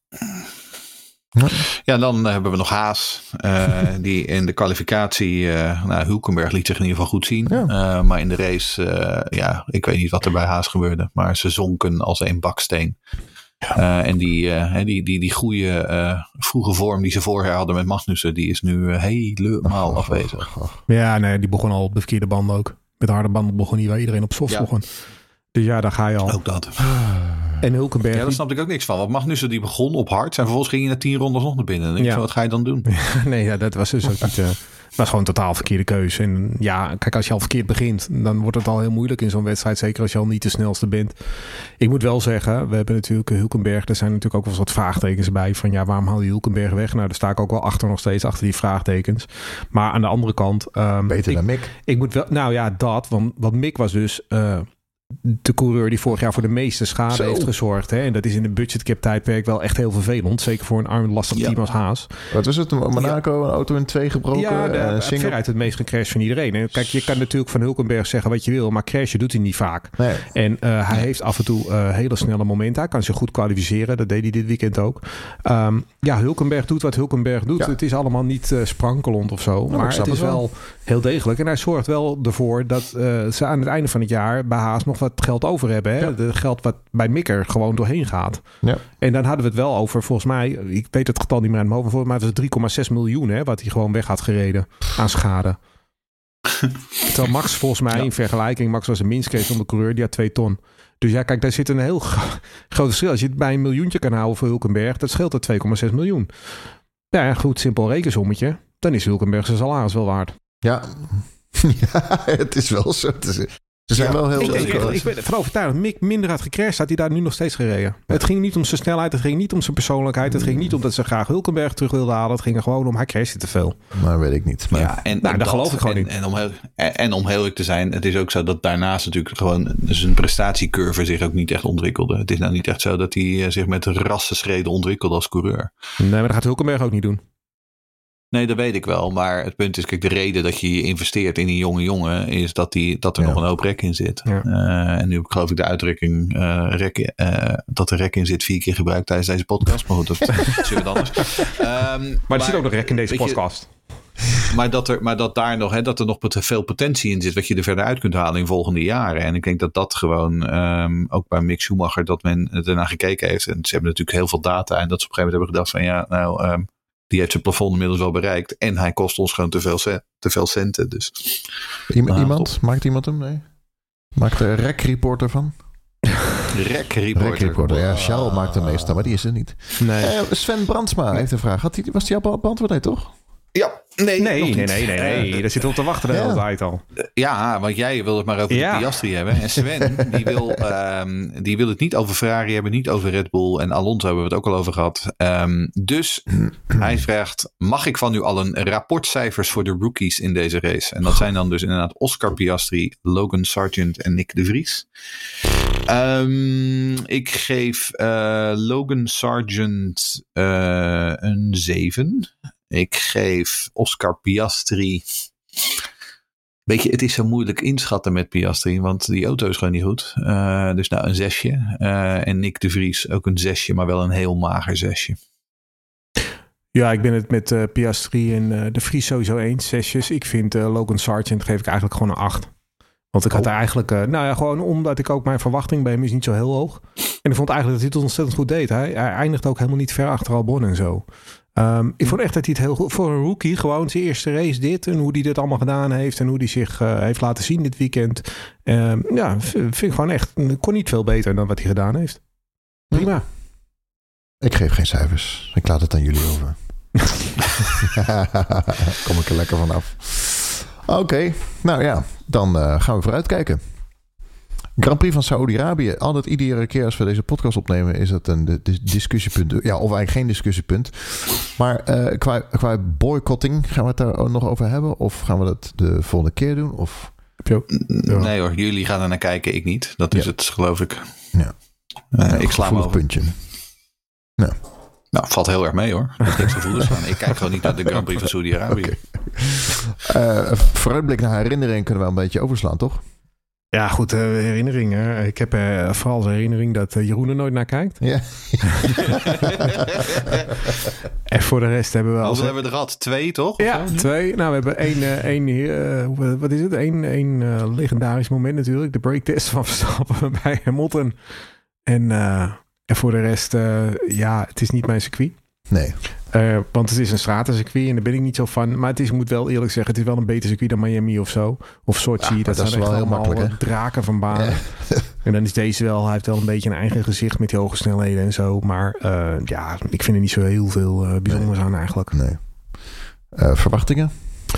Ja, dan hebben we nog Haas. Die in de kwalificatie... Hülkenberg liet zich in ieder geval goed zien. Ja. Maar in de race... ik weet niet wat er bij Haas gebeurde. Maar ze zonken als een baksteen. Ja. En die goede vroege vorm die ze vorig jaar hadden met Magnussen... die is nu helemaal afwezig. Ja, nee, die begon al op de verkeerde banden ook. Met harde banden begon hij waar iedereen op soft begon. Dus ja, daar ga je al. Ook dat. En Hulkenberg... Ja, daar snapte ik ook niks van. Want Magnussen die begon op hard. En vervolgens ging hij na 10 rondes nog naar binnen. En ik wat ga je dan doen? Dat was dus ook niet... Het was gewoon een totaal verkeerde keuze. En ja, kijk, als je al verkeerd begint... dan wordt het al heel moeilijk in zo'n wedstrijd. Zeker als je al niet de snelste bent. Ik moet wel zeggen, we hebben natuurlijk Hülkenberg... er zijn natuurlijk ook wel eens wat vraagtekens bij... van ja, waarom haal je Hülkenberg weg? Nou, daar sta ik ook wel nog steeds achter die vraagtekens. Maar aan de andere kant... beter dan Mick. Ik moet wel... Nou ja, want Mick was dus... de coureur die vorig jaar voor de meeste schade heeft gezorgd. Hè? En dat is in de budgetcap tijdperk wel echt heel vervelend. Zeker voor een arm lastig team als Haas. Wat is het? Monaco, een auto in 2 gebroken? Ja, veruit het meest gecrashed van iedereen. En kijk, je kan natuurlijk van Hülkenberg zeggen wat je wil. Maar crashen doet hij niet vaak. Nee. En hij heeft af en toe hele snelle momenten. Hij kan zich goed kwalificeren. Dat deed hij dit weekend ook. Hülkenberg doet wat Hülkenberg doet. Ja. Het is allemaal niet sprankelend of zo. Maar het is wel heel degelijk. En hij zorgt wel ervoor dat ze aan het einde van het jaar bij Haas nog wat geld over hebben. Hè? Ja. De geld wat bij Mikker gewoon doorheen gaat. Ja. En dan hadden we het wel over, volgens mij, ik weet het getal niet meer aan mijn hoofd, maar volgens mij was het 3,6 miljoen hè, wat hij gewoon weg had gereden aan schade. Terwijl Max volgens mij in vergelijking, Max was een minst case onder coureur, die had 2 ton. Dus ja, kijk, daar zit een heel groot verschil. Als je het bij een miljoentje kan houden voor Hülkenberg, dat scheelt er 2,6 miljoen. Ja, goed, simpel rekensommetje. Dan is Hülkenberg zijn salaris wel waard. Ja, het is wel zo. Ze zijn wel heel... Ik ben ervan overtuigd dat Mick minder had gecrashed, had hij daar nu nog steeds gereden. Ja. Het ging niet om zijn snelheid, het ging niet om zijn persoonlijkheid, het ging niet omdat ze graag Hülkenberg terug wilden halen. Het ging er gewoon om, hij crashte te veel. Maar weet ik niet. Maar... Ja, dat geloof ik gewoon niet. En om heel eerlijk te zijn, het is ook zo dat daarnaast natuurlijk gewoon zijn prestatiecurve zich ook niet echt ontwikkelde. Het is nou niet echt zo dat hij zich met rassenschreden ontwikkelde als coureur. Nee, maar dat gaat Hülkenberg ook niet doen. Nee, dat weet ik wel. Maar het punt is, kijk, de reden dat je investeert in een jonge jongen is dat er nog een hoop rek in zit. Ja. En nu heb ik geloof ik de uitdrukking dat er rek in zit 4 keer gebruikt tijdens deze podcast. Maar goed, dat is weer wat anders. Maar er zit ook nog rek in deze podcast. Maar dat daar nog, dat er nog veel potentie in zit wat je er verder uit kunt halen in volgende jaren. En ik denk dat dat gewoon, ook bij Mick Schumacher, dat men ernaar gekeken heeft. En ze hebben natuurlijk heel veel data. En dat ze op een gegeven moment hebben gedacht van die heeft zijn plafond inmiddels wel bereikt. En hij kost ons gewoon te veel centen. Dus. Maakt iemand hem? Nee. Maakt de rec-reporter van? Rec-reporter. Ja, Charles maakt hem meestal, maar die is er niet. Nee. Sven Brandsma heeft een vraag. Was die al beantwoord? Nee, toch? Ja. Nee. Daar zit op te wachten de hele tijd al. Ja, want jij wil het maar over de Piastri hebben. En Sven, die wil het niet over Ferrari hebben, niet over Red Bull. En Alonso hebben we het ook al over gehad. Dus hij vraagt, mag ik van u allen rapportcijfers voor de rookies in deze race? En dat zijn dan dus inderdaad Oscar Piastri, Logan Sargent en Nick de Vries. Ik geef Logan Sargent een 7. Ik geef Oscar Piastri... Weet je, het is zo moeilijk inschatten met Piastri, want die auto is gewoon niet goed. Dus nou, een 6'je. En Nick de Vries ook een 6'je, maar wel een heel mager 6'je. Ja, ik ben het met Piastri en de Vries sowieso eens. 6'jes. Ik vind Logan Sargent geef ik eigenlijk gewoon een 8. Want ik had er eigenlijk... gewoon omdat ik ook mijn verwachting bij hem is niet zo heel hoog. En ik vond eigenlijk dat hij het ontzettend goed deed. Hij eindigt ook helemaal niet ver achter Albon en zo. Ik vond echt dat hij het heel goed... Voor een rookie, gewoon zijn eerste race dit. En hoe hij dit allemaal gedaan heeft. En hoe hij zich heeft laten zien dit weekend. Vind ik gewoon echt... Kon niet veel beter dan wat hij gedaan heeft. Prima. Ik geef geen cijfers. Ik laat het aan jullie over. Kom ik er lekker vanaf. Oké, nou ja, dan gaan we vooruitkijken. Grand Prix van Saoedi-Arabië. Altijd iedere keer als we deze podcast opnemen is het een discussiepunt. Ja, of eigenlijk geen discussiepunt. Maar qua boycotting, gaan we het daar nog over hebben? Of gaan we dat de volgende keer doen? Of... Nee hoor, jullie gaan er naar kijken, ik niet. Dat is het, geloof ik. Ja. Ik sla me over. Puntje. Ja. Nou, valt heel erg mee hoor. Dat niks gevoelens van. Ik kijk gewoon niet naar de Grand Prix van Saoedi-Arabië. Vooruitblik naar herinnering kunnen we een beetje overslaan, toch? Ja, goed, herinneringen. Ik heb vooral als herinnering dat Jeroen er nooit naar kijkt. Ja. En voor de rest hebben we... Hoeveel hebben we er gehad? 2, toch? Ja, 2. Nou, we hebben wat is het? Eén legendarisch moment natuurlijk. De breaktest van Verstappen bij Hamilton. En voor de rest, het is niet mijn circuit. Nee. Want het is een stratencircuit en daar ben ik niet zo van. Maar ik moet wel eerlijk zeggen, het is wel een beter circuit dan Miami of zo. Of Sochi. Dat zijn wel heel makkelijk, draken van banen. Ja. En dan is deze wel, hij heeft wel een beetje een eigen gezicht met die hoge snelheden en zo. Maar ik vind er niet zo heel veel bijzonders aan eigenlijk. Nee. Verwachtingen?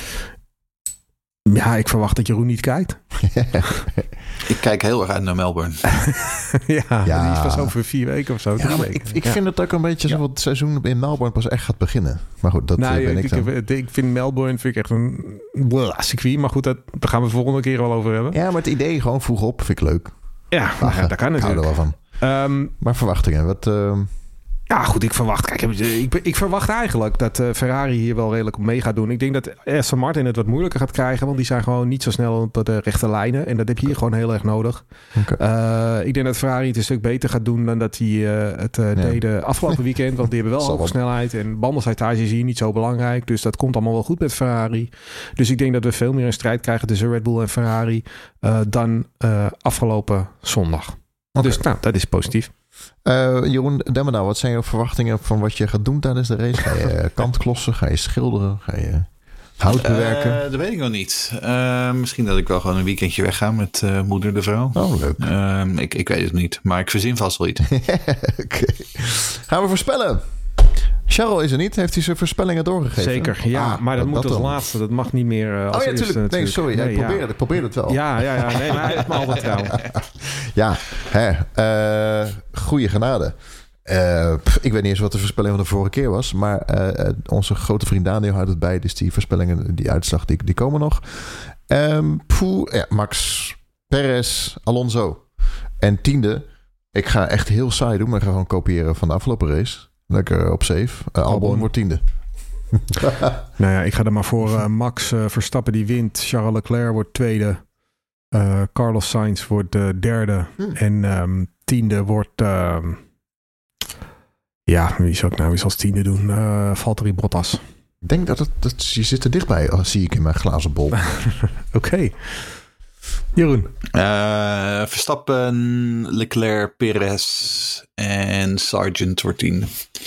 Ja, ik verwacht dat Jeroen niet kijkt. Ik kijk heel erg uit naar Melbourne. ja, die is pas over 4 weken of zo. Ja, maar ik vind het ook een beetje zo wat het seizoen in Melbourne pas echt gaat beginnen. Maar goed, dat ben ik dan. Ik vind Melbourne echt een circuit. Maar goed, daar gaan we de volgende keer wel over hebben. Ja, maar het idee gewoon vroeg op vind ik leuk. Ja, dat kan natuurlijk. Ik hou er wel van. Maar verwachtingen, wat... Ja, goed, ik verwacht... Kijk, ik verwacht eigenlijk dat Ferrari hier wel redelijk mee gaat doen. Ik denk dat Aston Martin het wat moeilijker gaat krijgen, want die zijn gewoon niet zo snel op de rechte lijnen. En dat heb je hier gewoon heel erg nodig. Okay. Ik denk dat Ferrari het een stuk beter gaat doen dan dat hij het deden afgelopen weekend. Want die hebben wel hoge snelheid en bandenslijtage is hier niet zo belangrijk. Dus dat komt allemaal wel goed met Ferrari. Dus ik denk dat we veel meer een strijd krijgen tussen Red Bull en Ferrari dan afgelopen zondag. Okay. Dus dat is positief. Jeroen Demmenau, wat zijn jouw verwachtingen van wat je gaat doen tijdens de race? Ga je kantklossen? Ga je schilderen? Ga je hout bewerken? Dat weet ik nog niet. Misschien dat ik wel gewoon een weekendje wegga met moeder de vrouw. Oh, leuk. Ik weet het niet, maar ik verzin vast wel iets. Okay. Gaan we voorspellen? Charles is er niet. Heeft hij zijn voorspellingen doorgegeven? Zeker, ja. Maar dat moet als laatste. Dat mag niet meer als eerste natuurlijk. Nee, sorry. Ik probeerde het wel. Ja. Nee, maar hij heeft me altijd trouw. Ja, goede genade. Ik weet niet eens wat de voorspelling van de vorige keer was. Maar onze grote vriend Daniel houdt het bij. Dus die voorspellingen, die uitslag, die komen nog. Max, Perez, Alonso. En 10e. Ik ga echt heel saai doen. Maar ik ga gewoon kopiëren van de afgelopen race. Lekker op safe. Albon wordt 10e. Nou ja, ik ga er maar voor. Max Verstappen die wint. Charles Leclerc wordt 2e. Carlos Sainz wordt 3e. En 10e wordt... wie zou ik nou eens als 10e doen? Valtteri Bottas. Ik denk dat je zit er dichtbij. Zie ik in mijn glazen bol. Oké. Jeroen. Verstappen, Leclerc, Perez en Sargent wordt 10e.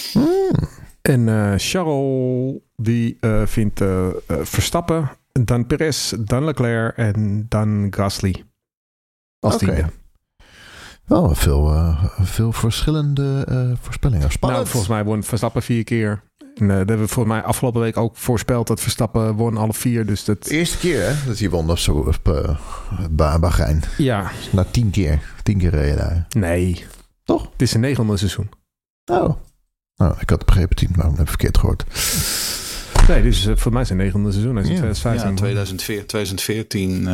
En Charles die vindt Verstappen, dan Perez, dan Leclerc en dan Gasly. Als 10e. Wel veel verschillende voorspellingen. Spannend. Nou, volgens mij won Verstappen 4 keer. En dat hebben we volgens mij afgelopen week ook voorspeld dat Verstappen won alle 4. Dus dat... De eerste keer, hè? Dat hij won of zo op Bahrein. Ja. Na 10 keer. 10 keer reden daar. Nee. Toch? Het is zijn 9e seizoen. Oh. Nou, ik had het begrepen 10, maar ik heb het verkeerd gehoord. Nee, dit is voor mij zijn 9e seizoen. Hij is in 2015. Ja, 2014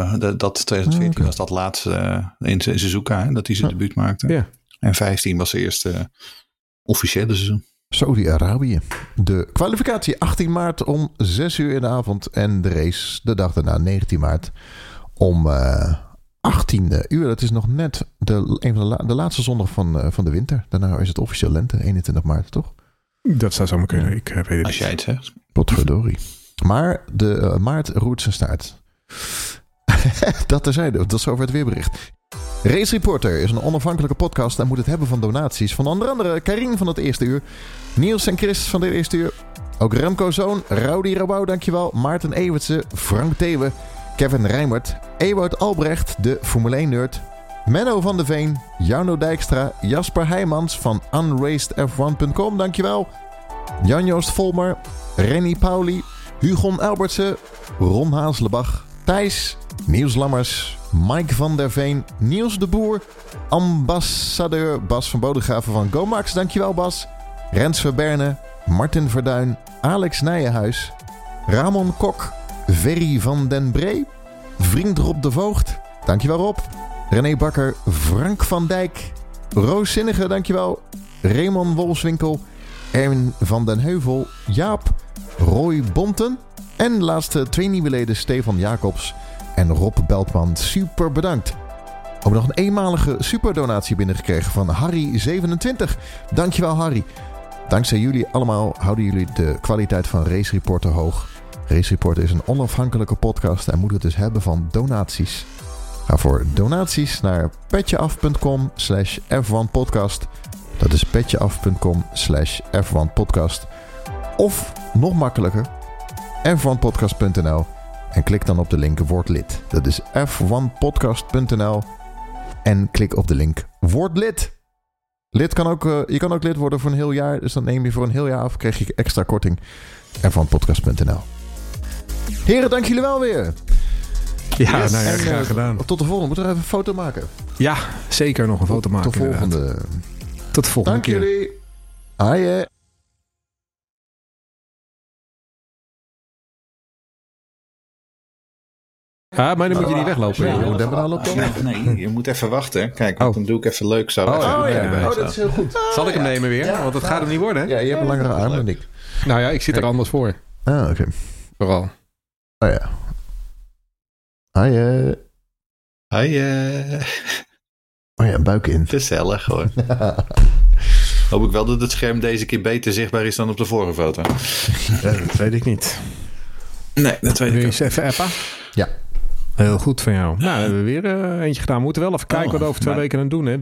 was dat laatste in Suzuka, dat hij zijn debuut maakte. Ja. En 15 was de eerste officiële seizoen. Saudi-Arabië. De kwalificatie 18 maart om 6 uur in de avond. En de race de dag daarna 19 maart om 18 uur. Dat is nog net een van de laatste zondag van de winter. Daarna is het officieel lente, 21 maart, toch? Dat zou zomaar kunnen. Ik weet het Als jij het zegt. Potverdorie. Maar de maart roert zijn staart. Dat terzijde. Dat is over het weerbericht. Race Reporter is een onafhankelijke podcast en moet het hebben van donaties van onder andere Karin van het eerste uur, Niels en Chris van het eerste uur, ook Remco Zoon, Rowdy Rabouw, dankjewel, Maarten Evertse, Frank Thewe, Kevin Rijmert, Ewout Albrecht, de Formule 1 nerd, Menno van de Veen, Jarno Dijkstra, Jasper Heijmans van unracedf1.com, dankjewel, Jan-Joost Volmer, Renny Pauli, Hugon Albertse, Ron Haaslebach, Thijs, Niels Lammers, Mike van der Veen, Niels de Boer, ambassadeur Bas van Bodegraven van GoMax, dankjewel Bas, Rens Verberne, Martin Verduin, Alex Nijenhuis, Ramon Kok, Ferry van den Bree, vriend Rob de Voogd, dankjewel Rob, René Bakker, Frank van Dijk, Roos Zinnige, dankjewel, Raymond Wolfswinkel, Erwin van den Heuvel, Jaap, Roy Bonten en laatste 2 nieuwe leden Stefan Jacobs en Rob Beltman. Super bedankt. Ook nog een eenmalige superdonatie binnengekregen van Harry27. Dankjewel Harry. Dankzij jullie allemaal houden jullie de kwaliteit van Race Reporter hoog. Race Reporter is een onafhankelijke podcast en moet het dus hebben van donaties. Ga voor donaties naar petjeaf.com/F1podcast. Dat is petjeaf.com/F1podcast. Of nog makkelijker, f1podcast.nl en klik dan op de link Word lid. Dat is f1podcast.nl en klik op de link Word lid. Je kan ook lid worden voor een heel jaar, dus dan neem je voor een heel jaar af, krijg je extra korting. f1podcast.nl. Heren, dank jullie wel weer. Ja, Yes. nou ja, En, graag gedaan. Tot de volgende. Moeten we even een foto maken. Ja, zeker nog een foto maken. Tot de volgende. Inderdaad. Tot de volgende Dank keer. jullie. Haaien. Ah, maar dan moet je niet weglopen. Nee, joh. hoe hebben we nou lopen? Nee, je moet even wachten. Kijk, want dan doe ik even leuk zo. Oh, ja. Erbij Oh, dat is heel goed. Zal ik hem nemen weer? Ja. Want dat gaat hem niet worden, hè? Ja, je hebt een langere arm dan ik. Nou ja, ik zit er anders voor. Ah, oké. Vooral. Oh ja. Haaien. Hoi, Oh ja, buik in. gezellig hoor. Hoop ik wel dat het scherm deze keer beter zichtbaar is dan op de vorige foto. Dat weet ik niet. Nee, dat weet Wil je ik eens even appen? Ja. Heel goed van jou. Nou, we hebben weer eentje gedaan. We moeten wel even kijken wat we over 2 maar- weken aan doen. Hè?